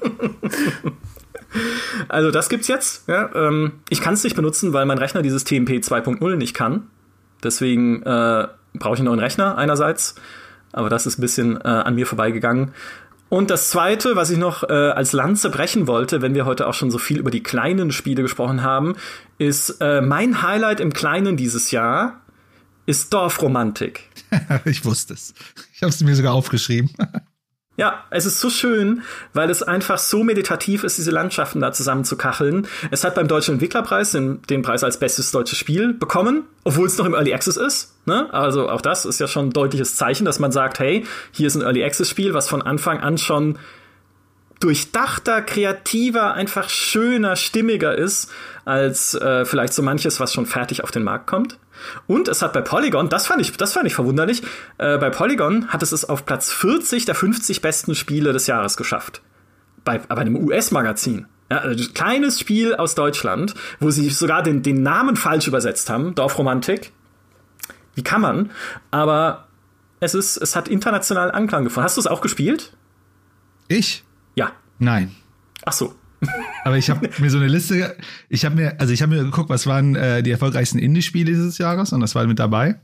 Also das gibt's jetzt. Ja, ähm, ich kann es nicht benutzen, weil mein Rechner dieses T M P zwei Punkt null nicht kann. Deswegen äh, brauche ich einen neuen Rechner einerseits. Aber das ist ein bisschen äh, an mir vorbeigegangen. Und das Zweite, was ich noch äh, als Lanze brechen wollte, wenn wir heute auch schon so viel über die kleinen Spiele gesprochen haben, ist äh, mein Highlight im Kleinen dieses Jahr ist Dorfromantik. Ich wusste es. Ich habe es mir sogar aufgeschrieben. Ja, es ist so schön, weil es einfach so meditativ ist, diese Landschaften da zusammen zu kacheln. Es hat beim Deutschen Entwicklerpreis den, den Preis als bestes deutsches Spiel bekommen, obwohl es noch im Early Access ist. Ne? Also auch das ist ja schon ein deutliches Zeichen, dass man sagt, hey, hier ist ein Early Access Spiel, was von Anfang an schon durchdachter, kreativer, einfach schöner, stimmiger ist, als äh, vielleicht so manches, was schon fertig auf den Markt kommt. Und es hat bei Polygon, das fand ich, das fand ich verwunderlich, äh, bei Polygon hat es es auf Platz vierzig der fünfzig besten Spiele des Jahres geschafft. Bei, bei einem U S-Magazin. Ja, also ein kleines Spiel aus Deutschland, wo sie sogar den, den Namen falsch übersetzt haben, Dorfromantik. Wie kann man? Aber es ist, es hat internationalen Anklang gefunden. Hast du es auch gespielt? Ich? Ja. Nein. Ach so. Aber ich habe mir so eine Liste, ich habe mir, also ich habe mir geguckt, was waren äh, die erfolgreichsten Indie-Spiele dieses Jahres, und das war mit dabei.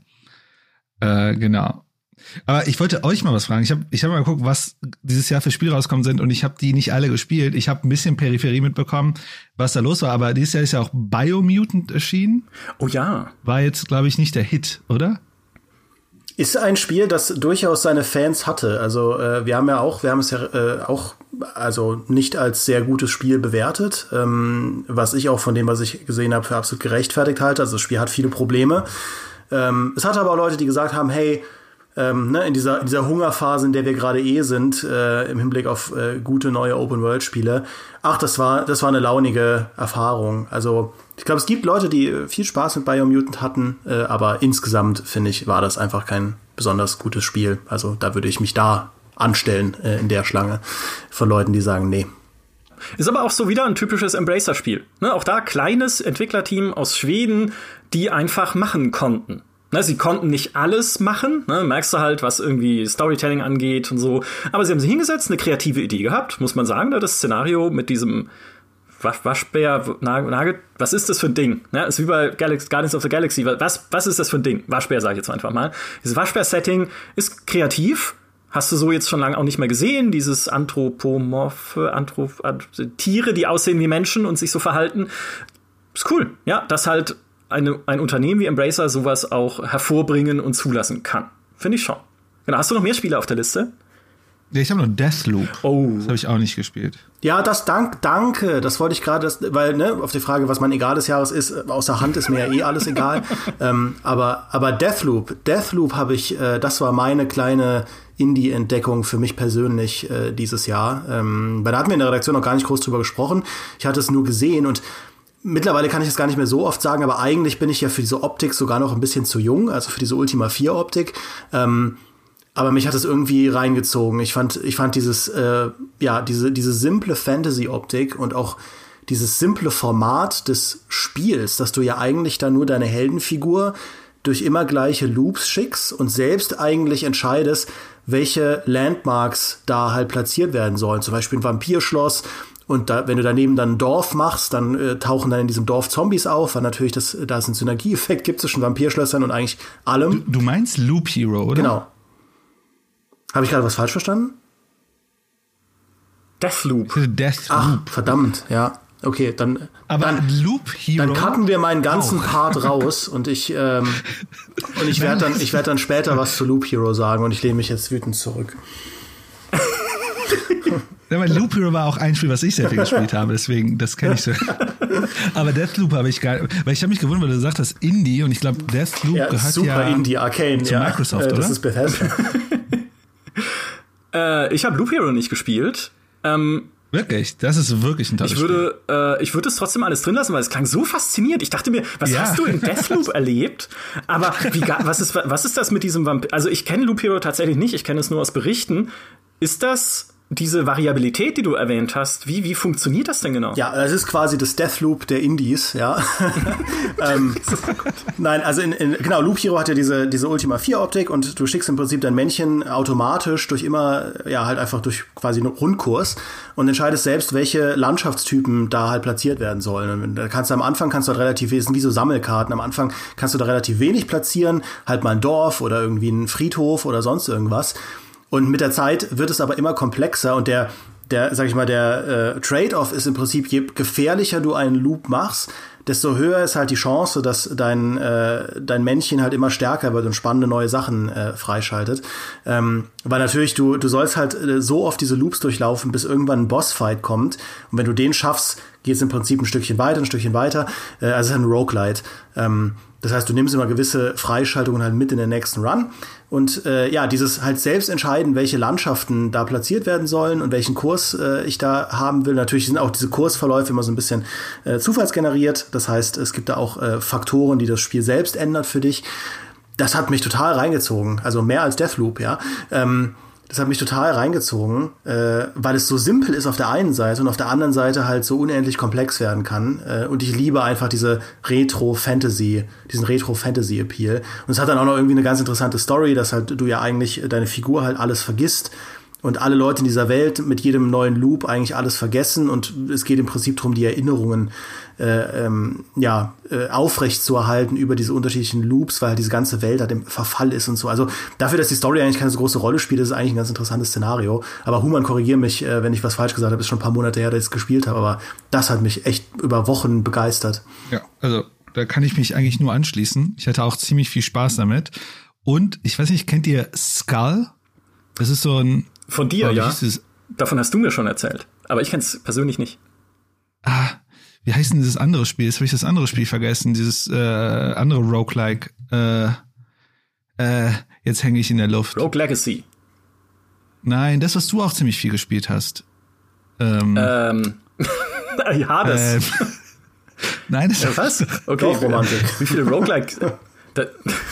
Äh, genau. Aber ich wollte euch mal was fragen. Ich habe ich hab mal geguckt, was dieses Jahr für Spiele rauskommen sind, und ich habe die nicht alle gespielt. Ich habe ein bisschen Peripherie mitbekommen, was da los war. Aber dieses Jahr ist ja auch Biomutant erschienen. Oh ja. War jetzt, glaube ich, nicht der Hit, oder? Ist ein Spiel, das durchaus seine Fans hatte. Also äh, wir haben ja auch, wir haben es ja äh, auch also nicht als sehr gutes Spiel bewertet, ähm, was ich auch von dem, was ich gesehen habe, für absolut gerechtfertigt halte. Also das Spiel hat viele Probleme. Ähm, es hatte aber auch Leute, die gesagt haben, hey, ähm, ne, in dieser in dieser Hungerphase, in der wir gerade eh sind, äh, im Hinblick auf äh, gute neue Open-World-Spiele, ach, das war das war eine launige Erfahrung. Also ich glaube, es gibt Leute, die viel Spaß mit Biomutant hatten, äh, aber insgesamt, finde ich, war das einfach kein besonders gutes Spiel. Also da würde ich mich da anstellen äh, in der Schlange von Leuten, die sagen, nee. Ist aber auch so wieder ein typisches Embracer-Spiel. Ne, auch da kleines Entwicklerteam aus Schweden, die einfach machen konnten. Ne, sie konnten nicht alles machen, ne, merkst du halt, was irgendwie Storytelling angeht und so. Aber sie haben sich hingesetzt, eine kreative Idee gehabt, muss man sagen. Ne, das Szenario mit diesem Waschbär, Nagel, was ist das für ein Ding? Ja, ist wie bei Galaxy, Guardians of the Galaxy. Was, was ist das für ein Ding? Waschbär, sage ich jetzt einfach mal. Dieses Waschbär-Setting ist kreativ. Hast du so jetzt schon lange auch nicht mehr gesehen. Dieses anthropomorphe, Anthrop, Tiere, die aussehen wie Menschen und sich so verhalten. Ist cool. Ja, dass halt eine, ein Unternehmen wie Embracer sowas auch hervorbringen und zulassen kann. Finde ich schon. Genau. Hast du noch mehr Spiele auf der Liste? Ja, ich habe noch Deathloop. Oh. Das habe ich auch nicht gespielt. Ja, das dank, danke. Das wollte ich gerade, weil ne, auf die Frage, was mein Egal des Jahres ist, außer Hand ist mir ja eh alles egal. ähm, aber aber Deathloop, Deathloop habe ich, äh, das war meine kleine Indie-Entdeckung für mich persönlich äh, dieses Jahr. Ähm, weil da hatten wir in der Redaktion noch gar nicht groß drüber gesprochen. Ich hatte es nur gesehen und mittlerweile kann ich es gar nicht mehr so oft sagen, aber eigentlich bin ich ja für diese Optik sogar noch ein bisschen zu jung, also für diese Ultima vier Optik. Ähm, Aber mich hat es irgendwie reingezogen. Ich fand, ich fand dieses, äh, ja, diese, diese simple Fantasy-Optik und auch dieses simple Format des Spiels, dass du ja eigentlich da nur deine Heldenfigur durch immer gleiche Loops schickst und selbst eigentlich entscheidest, welche Landmarks da halt platziert werden sollen. Zum Beispiel ein Vampirschloss. Und da, wenn du daneben dann ein Dorf machst, dann äh, tauchen dann in diesem Dorf Zombies auf, weil natürlich das, da es einen Synergieeffekt gibt zwischen Vampirschlössern und eigentlich allem. Du, du meinst Loop Hero, oder? Genau. Habe ich gerade was falsch verstanden? Deathloop. Deathloop. Ach, verdammt, ja. Okay, dann, Aber dann, Loop Hero. dann cutten wir meinen ganzen auch. Part raus und ich, ähm, und ich werde dann, ich werde dann später was zu Loop Hero sagen und ich lehne mich jetzt wütend zurück. Ja, weil Loop Hero war auch ein Spiel, was ich sehr viel gespielt habe, deswegen, das kenne ich so. Aber Deathloop habe ich gar weil ich habe mich gewundert, weil du gesagt hast Indie und ich glaube, Deathloop Ja, gehört super ja Indie, Arcane, zu ja. Microsoft, äh, das oder? ist Bethesda. Äh, ich habe Loop Hero nicht gespielt. Ähm, Wirklich, das ist wirklich ein tolles ich würde, äh, ich würde es trotzdem alles drin lassen, weil es klang so faszinierend. Ich dachte mir, was Ja. hast du in Deathloop erlebt? Aber wie, ga- was ist, was ist das mit diesem Vampir? Also ich kenne Loop Hero tatsächlich nicht. Ich kenne es nur aus Berichten. Ist das diese Variabilität, die du erwähnt hast? Wie, wie funktioniert das denn genau? Ja, das ist quasi das Deathloop der Indies, ja. ähm, nein, also in, in, genau, Loop Hero hat ja diese, diese Ultima vier Optik und du schickst im Prinzip dein Männchen automatisch durch immer, ja, halt einfach durch quasi einen Rundkurs und entscheidest selbst, welche Landschaftstypen da halt platziert werden sollen. Und da kannst du am Anfang kannst du halt relativ, das sind wie so Sammelkarten, am Anfang kannst du da relativ wenig platzieren, halt mal ein Dorf oder irgendwie einen Friedhof oder sonst irgendwas. Und mit der Zeit wird es aber immer komplexer und der, der, sag ich mal, der äh, Trade-off ist im Prinzip, je gefährlicher du einen Loop machst, desto höher ist halt die Chance, dass dein, äh, dein Männchen halt immer stärker wird und spannende neue Sachen äh, freischaltet. Ähm, weil natürlich, du, du sollst halt äh, so oft diese Loops durchlaufen, bis irgendwann ein Bossfight kommt. Und wenn du den schaffst, geht es im Prinzip ein Stückchen weiter, ein Stückchen weiter. Äh, also es ist ein Roguelite. Ähm, das heißt, du nimmst immer gewisse Freischaltungen halt mit in den nächsten Run. Und äh, ja, dieses halt selbst entscheiden, welche Landschaften da platziert werden sollen und welchen Kurs äh, ich da haben will. Natürlich sind auch diese Kursverläufe immer so ein bisschen äh, zufallsgeneriert. Das heißt, es gibt da auch äh, Faktoren, die das Spiel selbst ändert für dich. Das hat mich total reingezogen. Also mehr als Deathloop, ja. Ähm, das hat mich total reingezogen, äh, weil es so simpel ist auf der einen Seite und auf der anderen Seite halt so unendlich komplex werden kann. Äh, und ich liebe einfach diese Retro-Fantasy, diesen Retro-Fantasy-Appeal. Und es hat dann auch noch irgendwie eine ganz interessante Story, dass halt du ja eigentlich deine Figur halt alles vergisst und alle Leute in dieser Welt mit jedem neuen Loop eigentlich alles vergessen und es geht im Prinzip darum, die Erinnerungen äh, ähm, ja, äh, aufrecht zu erhalten über diese unterschiedlichen Loops, weil diese ganze Welt halt im Verfall ist und so. Also dafür, dass die Story eigentlich keine so große Rolle spielt, ist es eigentlich ein ganz interessantes Szenario. Aber Human, korrigier mich, äh, wenn ich was falsch gesagt habe, ist schon ein paar Monate her, dass ich es gespielt habe, aber das hat mich echt über Wochen begeistert. Ja, also da kann ich mich eigentlich nur anschließen. Ich hatte auch ziemlich viel Spaß damit. Und ich weiß nicht, kennt ihr Skull? Das ist so ein Von dir, oh, wie ja. hieß es? Davon hast du mir schon erzählt. Aber ich kenne es persönlich nicht. Ah, wie heißt denn dieses andere Spiel? Jetzt habe ich das andere Spiel vergessen. Dieses äh, andere Roguelike. Äh, äh, jetzt hänge ich in der Luft. Rogue Legacy. Nein, das, was du auch ziemlich viel gespielt hast. Ähm, Ähm. ja, das. äh, nein, das Ja, was? Okay. Doch, Romantik. Wie viele Roguelikes? Da,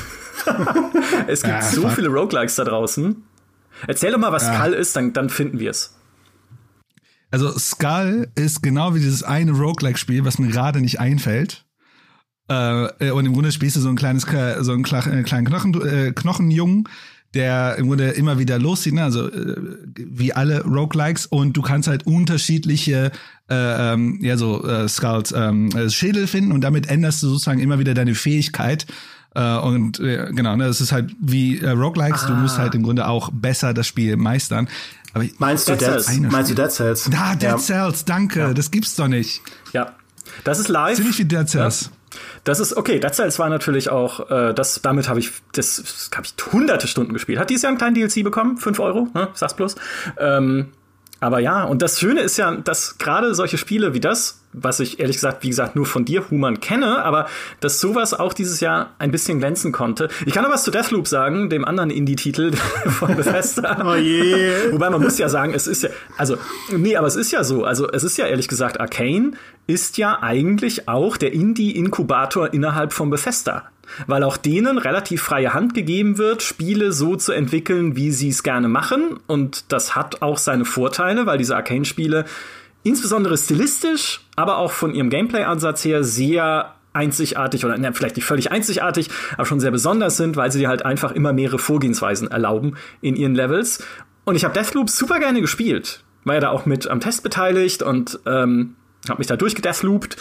es gibt Ah, so fuck. viele Roguelikes da draußen. Erzähl doch mal, was Ja. Skull ist, dann, dann finden wir es. Also Skull ist genau wie dieses eine Roguelike-Spiel, was mir gerade nicht einfällt. Äh, und im Grunde spielst du so ein kleines, so einen kleinen Knochen, äh, Knochenjungen, der im Grunde immer wieder loszieht, ne? Also äh, wie alle Roguelikes, und du kannst halt unterschiedliche äh, ähm, ja so äh, Skulls ähm, Schädel finden und damit änderst du sozusagen immer wieder deine Fähigkeit. Äh, und äh, genau, ne, das ist halt wie äh, Roguelikes, Ah. du musst halt im Grunde auch besser das Spiel meistern. Aber Meinst du Dead Dead, Cells. meinst du Dead Cells? Ah, Dead Ja. Cells, danke, Ja. das gibt's doch nicht. Ja. Das ist live. Ziemlich wie Dead Cells. Das ist okay. Dead Cells war natürlich auch, äh, das, damit habe ich, das habe ich hunderte Stunden gespielt. Hat dieses Jahr einen kleinen D L C bekommen? fünf Euro, ne? Sag's bloß. Ähm, aber ja, und das Schöne ist ja, dass gerade solche Spiele wie das, was ich ehrlich gesagt, wie gesagt, nur von dir, Human, kenne, aber dass sowas auch dieses Jahr ein bisschen glänzen konnte. Ich kann noch was zu Deathloop sagen, dem anderen Indie-Titel von Bethesda. Oh je. Wobei man muss ja sagen, es ist ja, also, nee, aber es ist ja so, also es ist ja ehrlich gesagt, Arcane ist ja eigentlich auch der Indie-Inkubator innerhalb von Bethesda. Weil auch denen relativ freie Hand gegeben wird, Spiele so zu entwickeln, wie sie es gerne machen. Und das hat auch seine Vorteile, weil diese Arcane-Spiele insbesondere stilistisch, aber auch von ihrem Gameplay-Ansatz her sehr einzigartig oder ne, vielleicht nicht völlig einzigartig, aber schon sehr besonders sind, weil sie dir halt einfach immer mehrere Vorgehensweisen erlauben in ihren Levels. Und ich habe Deathloop super gerne gespielt. War ja da auch mit am Test beteiligt und ähm, habe mich da durchgedeathloopt.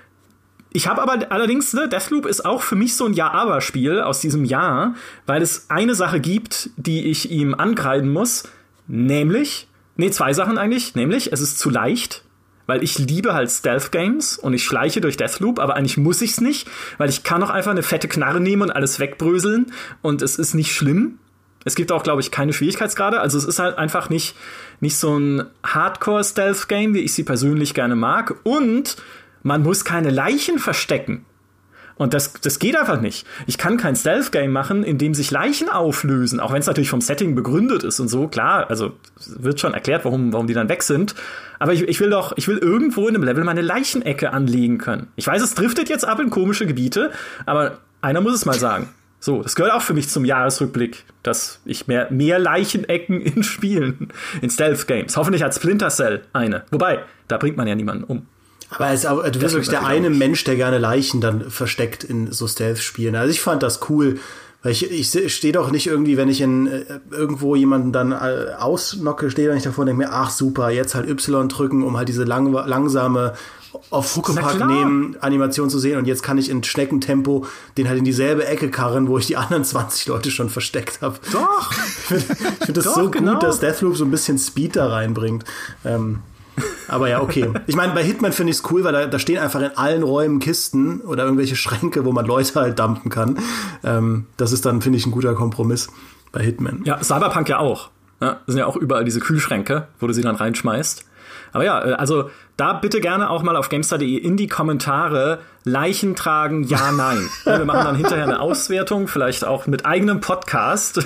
Ich habe aber allerdings, ne, Deathloop ist auch für mich so ein Ja-Aber-Spiel aus diesem Jahr, weil es eine Sache gibt, die ich ihm ankreiden muss, nämlich, nee, zwei Sachen eigentlich, nämlich, es ist zu leicht, weil ich liebe halt Stealth-Games und ich schleiche durch Deathloop, aber eigentlich muss ich's nicht, weil ich kann auch einfach eine fette Knarre nehmen und alles wegbröseln und es ist nicht schlimm. Es gibt auch, glaube ich, keine Schwierigkeitsgrade, also es ist halt einfach nicht, nicht so ein Hardcore-Stealth-Game, wie ich sie persönlich gerne mag, und man muss keine Leichen verstecken. Und das, das geht einfach nicht. Ich kann kein Stealth-Game machen, in dem sich Leichen auflösen, auch wenn es natürlich vom Setting begründet ist und so. Klar, also wird schon erklärt, warum, warum die dann weg sind. Aber ich, ich will doch, ich will irgendwo in einem Level meine Leichenecke anlegen können. Ich weiß, es driftet jetzt ab in komische Gebiete, aber einer muss es mal sagen. So, das gehört auch für mich zum Jahresrückblick, dass ich mehr, mehr Leichenecken in Spielen, in Stealth-Games. Hoffentlich hat Splinter Cell eine. Wobei, da bringt man ja niemanden um. Aber es, du bist wirklich der eine Mensch, der gerne Leichen dann versteckt in so Stealth-Spielen. Also ich fand das cool, weil ich, ich stehe doch nicht irgendwie, wenn ich in äh, irgendwo jemanden dann äh, ausnocke, stehe da nicht davor und denke mir, ach super, jetzt halt Y drücken, um halt diese lang, langsame auf Huckepack nehmen Animation zu sehen, und jetzt kann ich in Schneckentempo den halt in dieselbe Ecke karren, wo ich die anderen zwanzig Leute schon versteckt habe. Doch! Ich finde find das Doch, so genau. gut, dass Deathloop so ein bisschen Speed da reinbringt. Ähm, Aber ja, okay. Ich meine, bei Hitman finde ich es cool, weil da, da stehen einfach in allen Räumen Kisten oder irgendwelche Schränke, wo man Leute halt dumpen kann. Ähm, das ist dann, finde ich, ein guter Kompromiss bei Hitman. Ja, Cyberpunk ja auch. Ja, das sind ja auch überall diese Kühlschränke, wo du sie dann reinschmeißt. Aber ja, also da bitte gerne auch mal auf GameStar punkt de in die Kommentare Leichen tragen, ja, nein. Ja, wir machen dann hinterher eine Auswertung, vielleicht auch mit eigenem Podcast.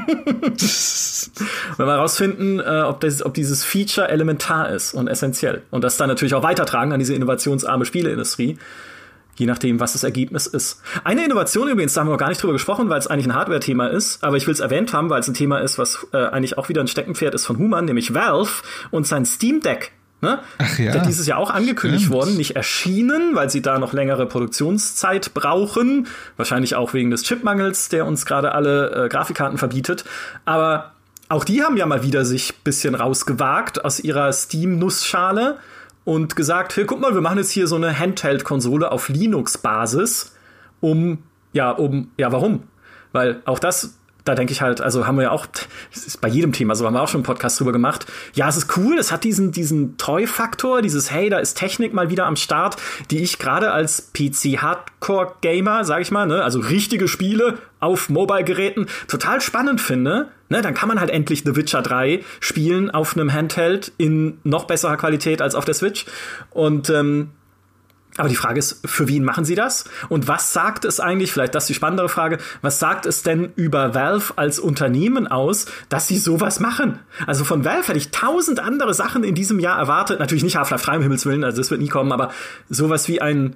Wenn wir rausfinden, äh, ob, das, ob dieses Feature elementar ist und essentiell. Und das dann natürlich auch weitertragen an diese innovationsarme Spieleindustrie. Je nachdem, was das Ergebnis ist. Eine Innovation übrigens, da haben wir noch gar nicht drüber gesprochen, weil es eigentlich ein Hardware-Thema ist, aber ich will es erwähnt haben, weil es ein Thema ist, was äh, eigentlich auch wieder ein Steckenpferd ist von Human, nämlich Valve und sein Steam Deck. Ne? Ach ja. Der dieses Jahr auch angekündigt Stimmt. worden, nicht erschienen, weil sie da noch längere Produktionszeit brauchen. Wahrscheinlich auch wegen des Chipmangels, der uns gerade alle äh, Grafikkarten verbietet. Aber auch die haben ja mal wieder sich ein bisschen rausgewagt aus ihrer Steam-Nussschale und gesagt, hey, guck mal, wir machen jetzt hier so eine Handheld-Konsole auf Linux-Basis, um, ja, um, ja, warum? Weil auch das, da denke ich halt, also haben wir ja auch, das ist bei jedem Thema so, haben wir auch schon einen Podcast drüber gemacht. Ja, es ist cool, es hat diesen, diesen Toy-Faktor, dieses, hey, da ist Technik mal wieder am Start, die ich gerade als P C-Hardcore-Gamer, sag ich mal, ne, also richtige Spiele auf Mobile-Geräten total spannend finde. Ne, dann kann man halt endlich The Witcher drei spielen auf einem Handheld in noch besserer Qualität als auf der Switch. Und ähm, aber die Frage ist, für wen machen sie das? Und was sagt es eigentlich, vielleicht das ist die spannendere Frage, was sagt es denn über Valve als Unternehmen aus, dass sie sowas machen? Also von Valve hätte ich tausend andere Sachen in diesem Jahr erwartet. Natürlich nicht Half-Life drei, um Himmels Willen, also das wird nie kommen, aber sowas wie ein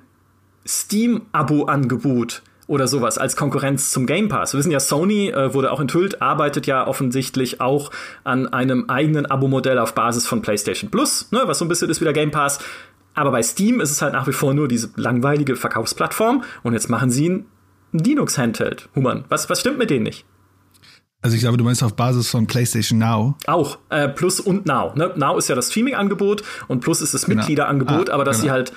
Steam-Abo-Angebot oder sowas als Konkurrenz zum Game Pass. Wir wissen ja, Sony äh, wurde auch enthüllt, arbeitet ja offensichtlich auch an einem eigenen Abo-Modell auf Basis von PlayStation Plus, ne, was so ein bisschen ist wie der Game Pass. Aber bei Steam ist es halt nach wie vor nur diese langweilige Verkaufsplattform. Und jetzt machen sie ein Linux-Handheld. Human, was, was stimmt mit denen nicht? Also ich glaube, du meinst auf Basis von PlayStation Now. Auch, äh, Plus und Now. Ne? Now ist ja das Streaming-Angebot und Plus ist das Genau. Mitgliederangebot. Ah, aber dass genau. sie halt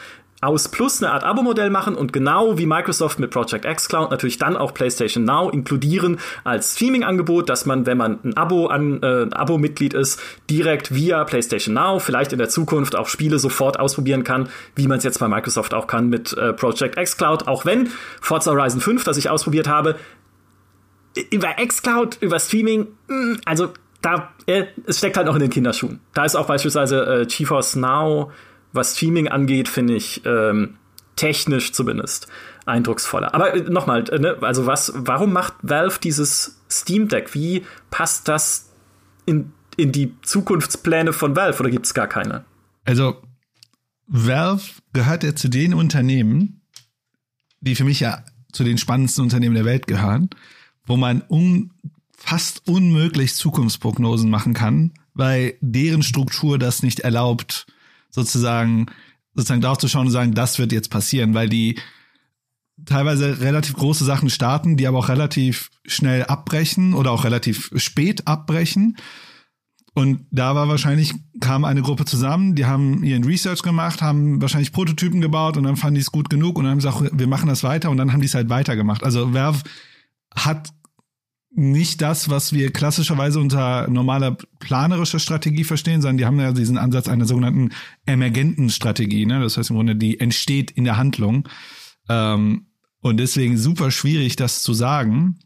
aus Plus eine Art Abo-Modell machen und genau wie Microsoft mit Project xCloud natürlich dann auch PlayStation Now inkludieren als Streaming-Angebot, dass man, wenn man ein Abo an äh, ein Abo-Mitglied ist, direkt via PlayStation Now vielleicht in der Zukunft auch Spiele sofort ausprobieren kann, wie man es jetzt bei Microsoft auch kann mit äh, Project xCloud, auch wenn Forza Horizon fünf, das ich ausprobiert habe, über xCloud, über Streaming, mh, also da, äh, es steckt halt noch in den Kinderschuhen. Da ist auch beispielsweise äh, GeForce Now, was Streaming angeht, finde ich, ähm, technisch zumindest eindrucksvoller. Aber äh, nochmal, äh, ne, also was, warum macht Valve dieses Steam Deck? Wie passt das in, in die Zukunftspläne von Valve oder gibt es gar keine? Also, Valve gehört ja zu den Unternehmen, die für mich ja zu den spannendsten Unternehmen der Welt gehören, wo man un, fast unmöglich Zukunftsprognosen machen kann, weil deren Struktur das nicht erlaubt, sozusagen, sozusagen darauf zu schauen und sagen, das wird jetzt passieren, weil die teilweise relativ große Sachen starten, die aber auch relativ schnell abbrechen oder auch relativ spät abbrechen. Und da war wahrscheinlich, kam eine Gruppe zusammen, die haben ihren Research gemacht, haben wahrscheinlich Prototypen gebaut und dann fanden die es gut genug und dann haben sie gesagt, wir machen das weiter und dann haben die es halt weitergemacht. Also Valve hat nicht das, was wir klassischerweise unter normaler planerischer Strategie verstehen, sondern die haben ja diesen Ansatz einer sogenannten emergenten Strategie. Ne? Das heißt im Grunde, die entsteht in der Handlung. Ähm, und deswegen super schwierig, das zu sagen.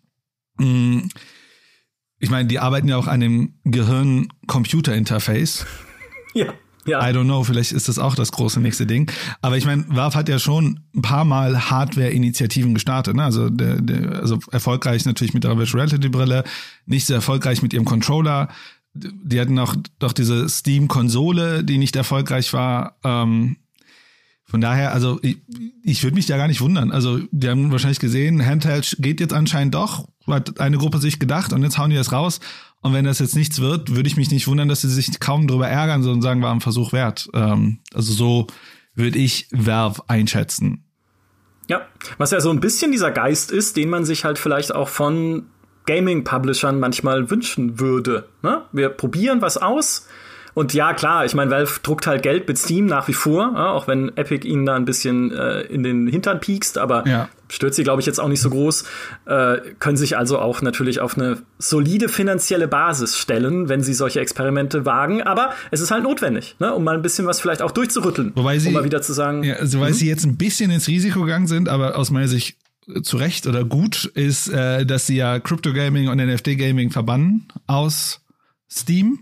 Ich meine, die arbeiten ja auch an dem Gehirn-Computer-Interface. Ja. Ja. I don't know, vielleicht ist das auch das große nächste Ding. Aber ich meine, Valve hat ja schon ein paar Mal Hardware-Initiativen gestartet. Ne? Also, der, der, also erfolgreich natürlich mit ihrer Virtual Reality-Brille, nicht so erfolgreich mit ihrem Controller. Die hatten auch doch diese Steam-Konsole, die nicht erfolgreich war. Ähm, von daher, also ich, ich würde mich da gar nicht wundern. Also die haben wahrscheinlich gesehen, Handheld geht jetzt anscheinend doch, hat eine Gruppe sich gedacht und jetzt hauen die das raus. Und wenn das jetzt nichts wird, würde ich mich nicht wundern, dass sie sich kaum drüber ärgern, sondern sagen, war ein Versuch wert. Ähm, also so würde ich Valve einschätzen. Ja, was ja so ein bisschen dieser Geist ist, den man sich halt vielleicht auch von Gaming-Publishern manchmal wünschen würde. Ne? Wir probieren was aus. Und ja, klar, ich meine, Valve druckt halt Geld mit Steam nach wie vor, ja, auch wenn Epic ihnen da ein bisschen äh, in den Hintern piekst, aber ja. Stört sie, glaube ich, jetzt auch nicht so groß, äh, können sich also auch natürlich auf eine solide finanzielle Basis stellen, wenn sie solche Experimente wagen. Aber es ist halt notwendig, ne, um mal ein bisschen was vielleicht auch durchzurütteln. Wobei sie, um mal wieder zu sagen. Ja, also, weil mhm. sie jetzt ein bisschen ins Risiko gegangen sind, aber aus meiner Sicht zu Recht oder gut ist, äh, dass sie ja Crypto Gaming und N F T-Gaming verbannen aus Steam.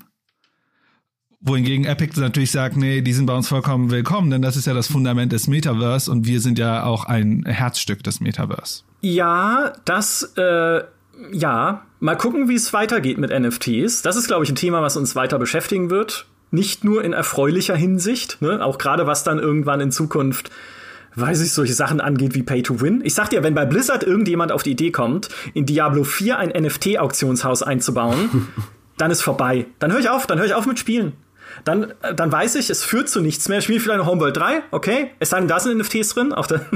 Wohingegen Epic natürlich sagt, nee, die sind bei uns vollkommen willkommen, denn das ist ja das Fundament des Metaverse und wir sind ja auch ein Herzstück des Metaverse. Ja, das, äh, ja. Mal gucken, wie es weitergeht mit N F Ts. Das ist, glaube ich, ein Thema, was uns weiter beschäftigen wird. Nicht nur in erfreulicher Hinsicht, ne? Auch gerade was dann irgendwann in Zukunft, weiß ich, solche Sachen angeht wie Pay to Win. Ich sag dir, wenn bei Blizzard irgendjemand auf die Idee kommt, in Diablo vier ein N F T-Auktionshaus einzubauen, dann ist vorbei. Dann höre ich auf, dann höre ich auf mit Spielen. Dann, dann weiß ich, es führt zu nichts mehr. Ich spiele vielleicht noch Homeworld drei, okay. Es sagen, da sind N F Ts drin. Auch da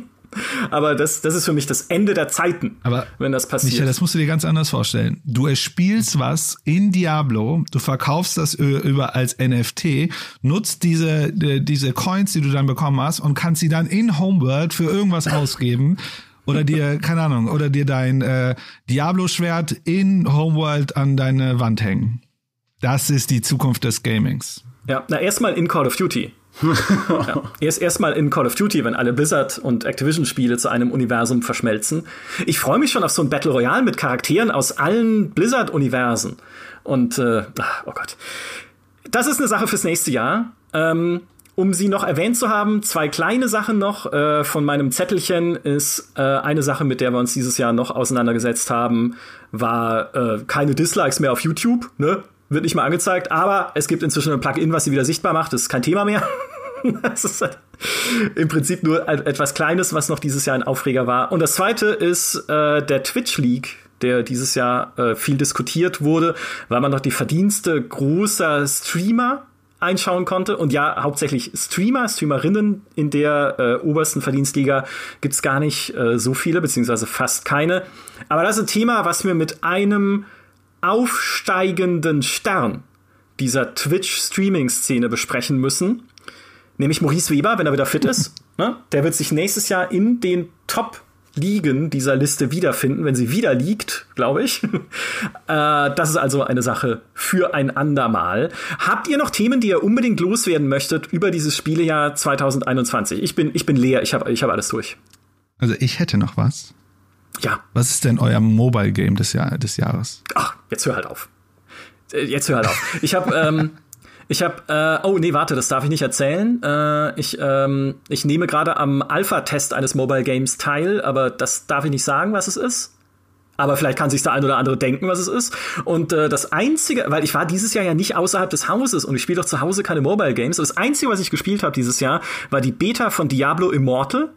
aber das, das ist für mich das Ende der Zeiten, aber wenn das passiert. Michael, das musst du dir ganz anders vorstellen. Du erspielst was in Diablo, du verkaufst das über als N F T, nutzt diese, diese Coins, die du dann bekommen hast und kannst sie dann in Homeworld für irgendwas ausgeben. Oder dir, keine Ahnung, oder dir dein äh, Diablo-Schwert in Homeworld an deine Wand hängen. Das ist die Zukunft des Gamings. Ja, na erstmal in Call of Duty. ja, erst erstmal in Call of Duty, wenn alle Blizzard und Activision-Spiele zu einem Universum verschmelzen. Ich freue mich schon auf so ein Battle Royale mit Charakteren aus allen Blizzard-Universen. Und, äh, oh Gott. Das ist eine Sache fürs nächste Jahr. Ähm, um sie noch erwähnt zu haben, zwei kleine Sachen noch äh, von meinem Zettelchen ist äh, eine Sache, mit der wir uns dieses Jahr noch auseinandergesetzt haben, war äh, keine Dislikes mehr auf YouTube, ne? Wird nicht mal angezeigt, aber es gibt inzwischen ein Plugin, was sie wieder sichtbar macht. Das ist kein Thema mehr. Das ist halt im Prinzip nur etwas Kleines, was noch dieses Jahr ein Aufreger war. Und das zweite ist äh, der Twitch-Leak, der dieses Jahr äh, viel diskutiert wurde, weil man noch die Verdienste großer Streamer einschauen konnte. Und ja, hauptsächlich Streamer, Streamerinnen in der äh, obersten Verdienstliga gibt's gar nicht äh, so viele, beziehungsweise fast keine. Aber das ist ein Thema, was wir mit einem aufsteigenden Stern dieser Twitch-Streaming-Szene besprechen müssen, nämlich Maurice Weber, wenn er wieder fit ist. ne, der wird sich nächstes Jahr in den Top Ligen dieser Liste wiederfinden, wenn sie wieder liegt, glaube ich. äh, das ist also eine Sache für ein andermal. Habt ihr noch Themen, die ihr unbedingt loswerden möchtet über dieses Spielejahr zwanzig einundzwanzig? Ich bin, ich bin leer, ich habe ich hab alles durch. Also ich hätte noch was. Ja. Was ist denn euer Mobile Game des, Jahr, des Jahres? Ach, jetzt hör halt auf. Jetzt hör halt auf. Ich habe ähm, Ich habe, äh, oh nee, warte, das darf ich nicht erzählen. Äh, ich, ähm, ich nehme gerade am Alpha-Test eines Mobile Games teil, aber das darf ich nicht sagen, was es ist. Aber vielleicht kann sich der ein oder andere denken, was es ist. Und äh, das Einzige, weil ich war dieses Jahr ja nicht außerhalb des Hauses und ich spiele doch zu Hause keine Mobile Games. Und das Einzige, was ich gespielt habe dieses Jahr, war die Beta von Diablo Immortal.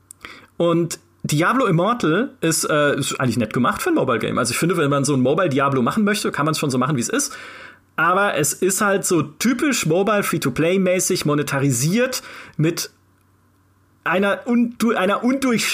Und Diablo Immortal ist, äh, ist eigentlich nett gemacht für ein Mobile Game. Also ich finde, wenn man so ein Mobile Diablo machen möchte, kann man es schon so machen, wie es ist. Aber es ist halt so typisch Mobile Free-to-Play-mäßig monetarisiert mit einer, undu- einer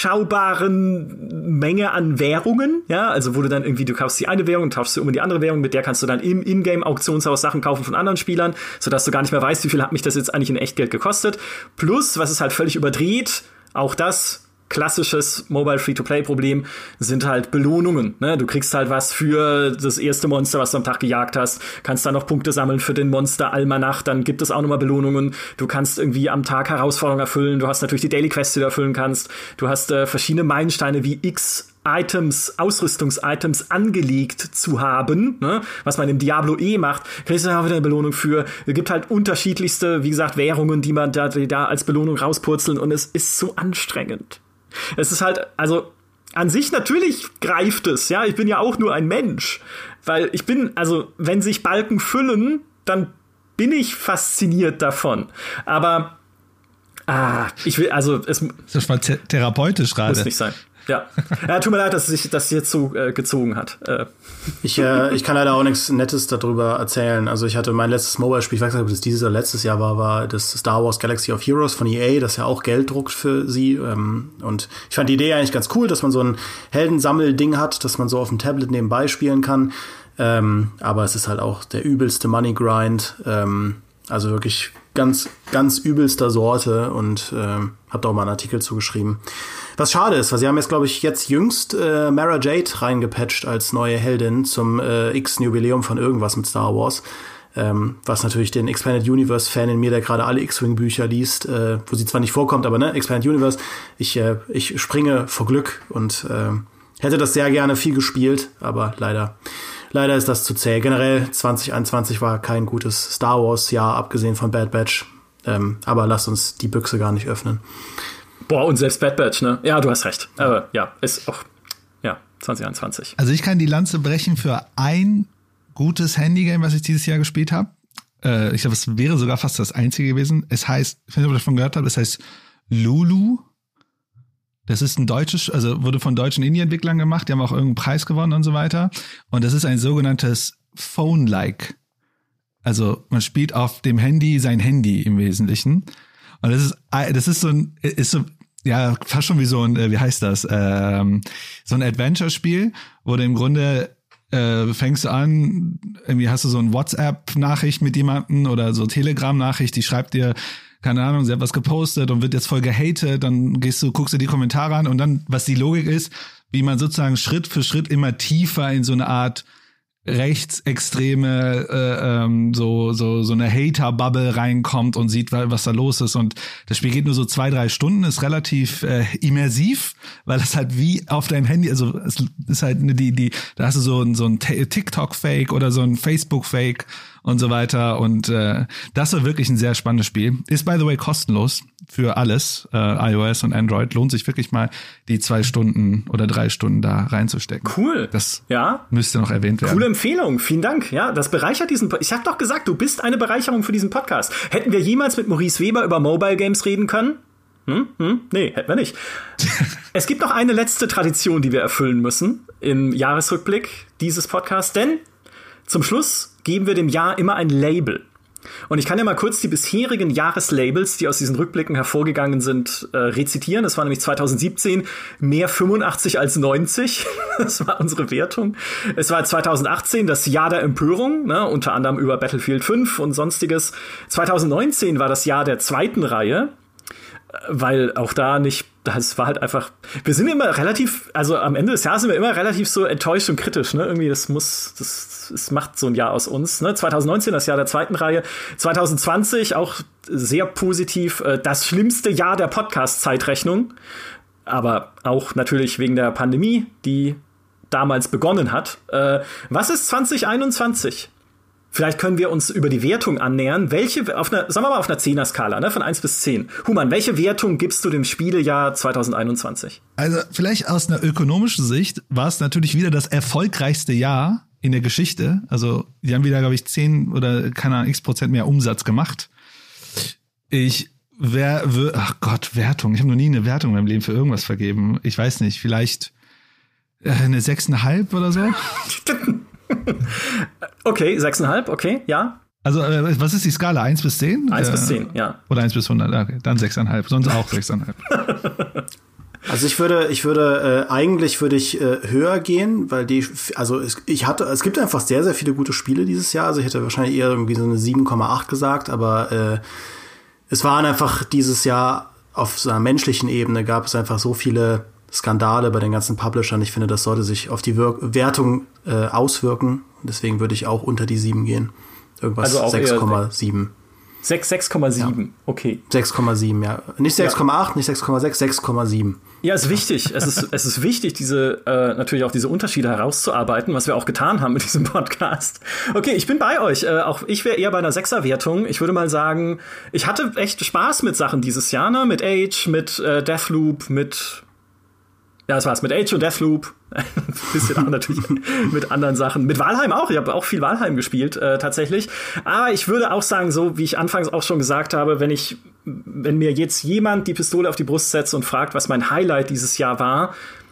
undurchschaubaren Menge an Währungen, ja, also wo du dann irgendwie, du kaufst die eine Währung, tauschst sie um in die andere Währung, mit der kannst du dann im Ingame-Auktionshaus Sachen kaufen von anderen Spielern, sodass du gar nicht mehr weißt, wie viel hat mich das jetzt eigentlich in Echtgeld gekostet. Plus, was ist halt völlig überdreht, auch das klassisches Mobile-Free-to-Play-Problem sind halt Belohnungen. Ne? Du kriegst halt was für das erste Monster, was du am Tag gejagt hast, kannst dann noch Punkte sammeln für den Monster-Almanach, dann gibt es auch nochmal Belohnungen. Du kannst irgendwie am Tag Herausforderungen erfüllen, du hast natürlich die Daily Quests, die du erfüllen kannst, du hast äh, verschiedene Meilensteine wie X Items, Ausrüstungs-Items angelegt zu haben, ne? Was man im Diablo eh macht, kriegst du dann auch wieder eine Belohnung für. Es gibt halt unterschiedlichste, wie gesagt, Währungen, die man da, die da als Belohnung rauspurzeln und es ist so anstrengend. Es ist halt, also an sich natürlich greift es, ja, ich bin ja auch nur ein Mensch, weil ich bin, also wenn sich Balken füllen, dann bin ich fasziniert davon, aber ah, ich will, also es das ist mal th- therapeutisch gerade. Muss nicht sein. Ja. ja, tut mir leid, dass sich das jetzt so äh, gezogen hat. Äh. Ich, äh, ich kann leider auch nichts Nettes darüber erzählen. Also ich hatte mein letztes Mobile-Spiel, ich weiß nicht, ob das dieses oder letztes Jahr war, war das Star Wars Galaxy of Heroes von E A, das ja auch Geld druckt für sie. Ähm, und ich fand die Idee eigentlich ganz cool, dass man so ein Heldensammel-Ding hat, dass man so auf dem Tablet nebenbei spielen kann. Ähm, aber es ist halt auch der übelste Money-Grind. Ähm, also wirklich ganz, ganz übelster Sorte und ähm, hab da auch mal einen Artikel zugeschrieben. Was schade ist, weil sie haben jetzt, glaube ich, jetzt jüngst äh, Mara Jade reingepatcht als neue Heldin zum äh, X-Jubiläum von irgendwas mit Star Wars. Ähm, was natürlich den Expanded Universe-Fan in mir, der gerade alle X-Wing-Bücher liest, äh, wo sie zwar nicht vorkommt, aber ne, Expanded Universe, ich, äh, ich springe vor Glück und äh, hätte das sehr gerne viel gespielt, aber leider leider ist das zu zäh. Generell zwanzig einundzwanzig war kein gutes Star Wars-Jahr, abgesehen von Bad Batch. Ähm, aber lasst uns die Büchse gar nicht öffnen. Boah, und selbst Bad Batch, ne? Ja, du hast recht. Aber ja, ist auch, ja, zwanzig einundzwanzig. Also ich kann die Lanze brechen für ein gutes Handygame, was ich dieses Jahr gespielt habe. Äh, ich glaube, es wäre sogar fast das einzige gewesen. Es heißt, ich weiß nicht, ob ihr davon gehört habt, es heißt Lulu. Das ist ein deutsches, also wurde von deutschen Indie-Entwicklern gemacht, die haben auch irgendeinen Preis gewonnen und so weiter. Und das ist ein sogenanntes Phone-like. Also man spielt auf dem Handy sein Handy im Wesentlichen. Und das ist, das ist so ein, ist so, ja, fast schon wie so ein, wie heißt das, ähm, so ein Adventure-Spiel, wo du im Grunde äh, fängst du an, irgendwie hast du so ein WhatsApp-Nachricht mit jemandem oder so Telegram-Nachricht, die schreibt dir, keine Ahnung, sie hat was gepostet und wird jetzt voll gehatet, dann gehst du, guckst dir die Kommentare an und dann, was die Logik ist, wie man sozusagen Schritt für Schritt immer tiefer in so eine Art rechtsextreme äh, ähm, so so so eine Hater-Bubble reinkommt und sieht, was da los ist. Und das Spiel geht nur so zwei, drei Stunden, ist relativ äh, immersiv, weil es halt wie auf deinem Handy, also es ist halt eine, die, die, da hast du so ein, so ein TikTok-Fake oder so ein Facebook-Fake und so weiter. Und äh, das war wirklich ein sehr spannendes Spiel. Ist, by the way, kostenlos für alles, äh, iOS und Android. Lohnt sich wirklich mal, die zwei Stunden oder drei Stunden da reinzustecken. Cool. Das ja. müsste noch erwähnt werden. Coole Empfehlung. Vielen Dank. Ja, das bereichert diesen Podcast. Ich hab doch gesagt, du bist eine Bereicherung für diesen Podcast. Hätten wir jemals mit Maurice Weber über Mobile Games reden können? Hm? Hm? Nee, hätten wir nicht. Es gibt noch eine letzte Tradition, die wir erfüllen müssen im Jahresrückblick dieses Podcasts, denn zum Schluss geben wir dem Jahr immer ein Label. Und ich kann ja mal kurz die bisherigen Jahreslabels, die aus diesen Rückblicken hervorgegangen sind, äh, rezitieren. Das war nämlich zwanzig siebzehn mehr fünfundachtzig als neunzig. Das war unsere Wertung. Es war zwanzig achtzehn das Jahr der Empörung, ne, unter anderem über Battlefield fünf und sonstiges. zwanzig neunzehn war das Jahr der zweiten Reihe. weil auch da nicht, das war halt einfach, wir sind immer relativ, also am Ende des Jahres sind wir immer relativ so enttäuscht und kritisch, ne? Irgendwie, das muss, das, das macht so ein Jahr aus uns, ne? zwanzig neunzehn, das Jahr der zweiten Reihe, zwanzig zwanzig auch sehr positiv, das schlimmste Jahr der Podcast-Zeitrechnung, aber auch natürlich wegen der Pandemie, die damals begonnen hat. Äh, was ist zwanzig einundzwanzig? Vielleicht können wir uns über die Wertung annähern. Welche, auf einer, sagen wir mal auf einer Zehner-Skala, ne, von eins bis zehn. Human, welche Wertung gibst du dem Spielejahr zwanzig einundzwanzig? Also vielleicht aus einer ökonomischen Sicht war es natürlich wieder das erfolgreichste Jahr in der Geschichte. Also die haben wieder, glaube ich, zehn oder keine Ahnung, x Prozent mehr Umsatz gemacht. Ich wer, wer ach Gott, Wertung. Ich habe noch nie eine Wertung in meinem Leben für irgendwas vergeben. Ich weiß nicht, vielleicht äh, eine sechs Komma fünf oder so. Okay, sechs Komma fünf, okay, ja. Also, äh, was ist die Skala? eins bis zehn? eins äh, bis zehn, ja. Oder eins bis hundert, okay, dann sechs Komma fünf, sonst auch sechs Komma fünf. Also ich würde, ich würde, äh, eigentlich würde ich äh, höher gehen, weil die, also es, ich hatte, es gibt einfach sehr, sehr viele gute Spiele dieses Jahr. Also ich hätte wahrscheinlich eher irgendwie so eine sieben Komma acht gesagt, aber äh, es waren einfach dieses Jahr auf so einer menschlichen Ebene gab es einfach so viele Skandale bei den ganzen Publishern. Ich finde, das sollte sich auf die Wirk- Wertung äh, auswirken. Deswegen würde ich auch unter die sieben gehen. Irgendwas also sechs Komma sieben. sechs Komma sieben, ja. Okay. sechs Komma sieben, ja. Nicht sechs Komma acht, ja. Nicht sechs Komma sechs, sechs Komma sieben. Ja, ist wichtig. es ist es ist wichtig, diese äh, natürlich auch diese Unterschiede herauszuarbeiten, was wir auch getan haben mit diesem Podcast. Okay, ich bin bei euch. Äh, auch ich wäre eher bei einer Sechser-Wertung. Ich würde mal sagen, ich hatte echt Spaß mit Sachen dieses Jahr, ne? Mit Age, mit äh, Deathloop, mit ja, das war's. Mit Age und Deathloop. Ein bisschen auch natürlich mit anderen Sachen. Mit Valheim auch. Ich habe auch viel Valheim gespielt, äh, tatsächlich. Aber ich würde auch sagen, so wie ich anfangs auch schon gesagt habe, wenn ich, wenn mir jetzt jemand die Pistole auf die Brust setzt und fragt, was mein Highlight dieses Jahr war,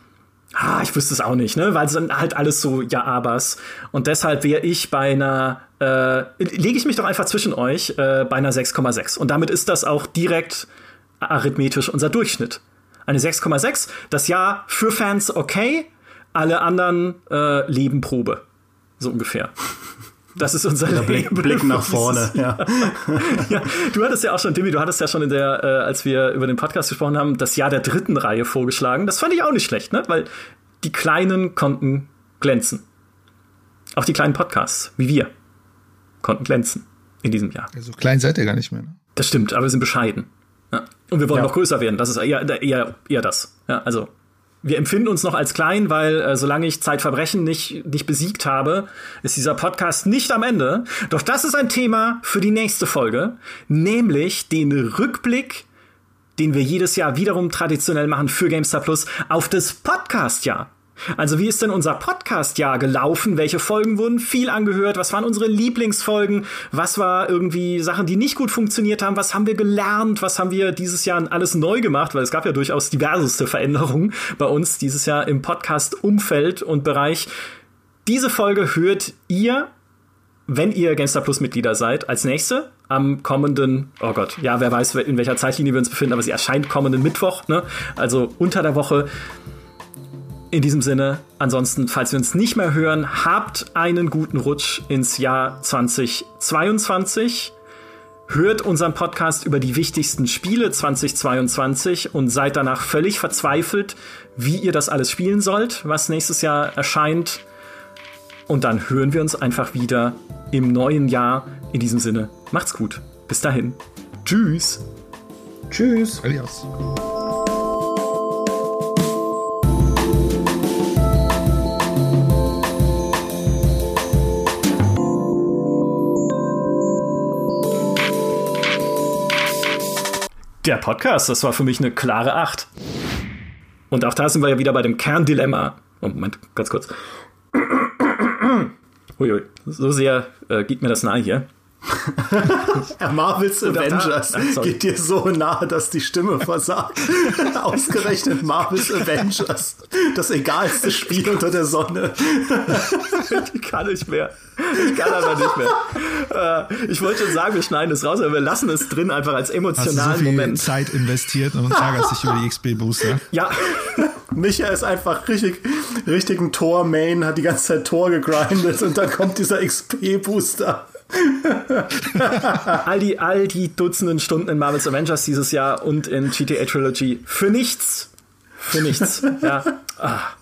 ah, ich wüsste es auch nicht, ne? Weil es dann halt alles so Ja-Abers. Und deshalb wäre ich bei einer, äh, lege ich mich doch einfach zwischen euch, äh, bei einer sechs Komma sechs. Und damit ist das auch direkt arithmetisch unser Durchschnitt. Eine sechs Komma sechs, das Jahr für Fans okay, alle anderen äh, leben Probe. So ungefähr. Das ist unser ja, Blick, Blick nach vorne, ja. Ja. Du hattest ja auch schon, Dimi, du hattest ja schon in der, äh, als wir über den Podcast gesprochen haben, das Jahr der dritten Reihe vorgeschlagen. Das fand ich auch nicht schlecht, ne? Weil die Kleinen konnten glänzen. Auch die kleinen Podcasts, wie wir, konnten glänzen in diesem Jahr. So klein seid ihr gar nicht mehr, ne? Das stimmt, aber wir sind bescheiden. Ja. Und wir wollen ja. noch größer werden. Das ist eher, eher, eher das. Ja, also wir empfinden uns noch als klein, weil äh, solange ich Zeitverbrechen nicht, nicht besiegt habe, ist dieser Podcast nicht am Ende. Doch das ist ein Thema für die nächste Folge, nämlich den Rückblick, den wir jedes Jahr wiederum traditionell machen für GameStar Plus, auf das Podcast-Jahr. Also wie ist denn unser Podcast-Jahr gelaufen? Welche Folgen wurden viel angehört? Was waren unsere Lieblingsfolgen? Was war irgendwie Sachen, die nicht gut funktioniert haben? Was haben wir gelernt? Was haben wir dieses Jahr alles neu gemacht? Weil es gab ja durchaus diverseste Veränderungen bei uns dieses Jahr im Podcast-Umfeld und Bereich. Diese Folge hört ihr, wenn ihr GameStar Plus Mitglieder seid, als nächste am kommenden, oh Gott, ja, wer weiß, in welcher Zeitlinie wir uns befinden, aber sie erscheint kommenden Mittwoch, ne? Also unter der Woche. In diesem Sinne, ansonsten, falls wir uns nicht mehr hören, habt einen guten Rutsch ins Jahr zwanzig zweiundzwanzig. Hört unseren Podcast über die wichtigsten Spiele zwanzig zweiundzwanzig und seid danach völlig verzweifelt, wie ihr das alles spielen sollt, was nächstes Jahr erscheint. Und dann hören wir uns einfach wieder im neuen Jahr. In diesem Sinne, macht's gut. Bis dahin. Tschüss. Tschüss. Adios. Der Podcast, das war für mich eine klare acht. Und auch da sind wir ja wieder bei dem Kerndilemma. Oh, Moment, ganz kurz. Uiui, so sehr äh, geht mir das nahe hier. Marvel's Avengers da, geht dir so nahe, dass die Stimme versagt. Ausgerechnet Marvel's Avengers. Das egalste Spiel unter der Sonne. Ich kann nicht mehr. Ich kann aber nicht mehr. Äh, ich wollte schon sagen, wir schneiden es raus, aber wir lassen es drin, einfach als emotionalen Hast du so viel Moment. Zeit investiert und ärgerst dich über die X P-Booster. Ja. Micha ist einfach richtig, richtig ein Tor-Main, hat die ganze Zeit Tor gegrindet und dann kommt dieser X P-Booster. all, die, all die Dutzenden Stunden in Marvel's Avengers dieses Jahr und in G T A Trilogy für nichts. Für nichts. Ja. Ah.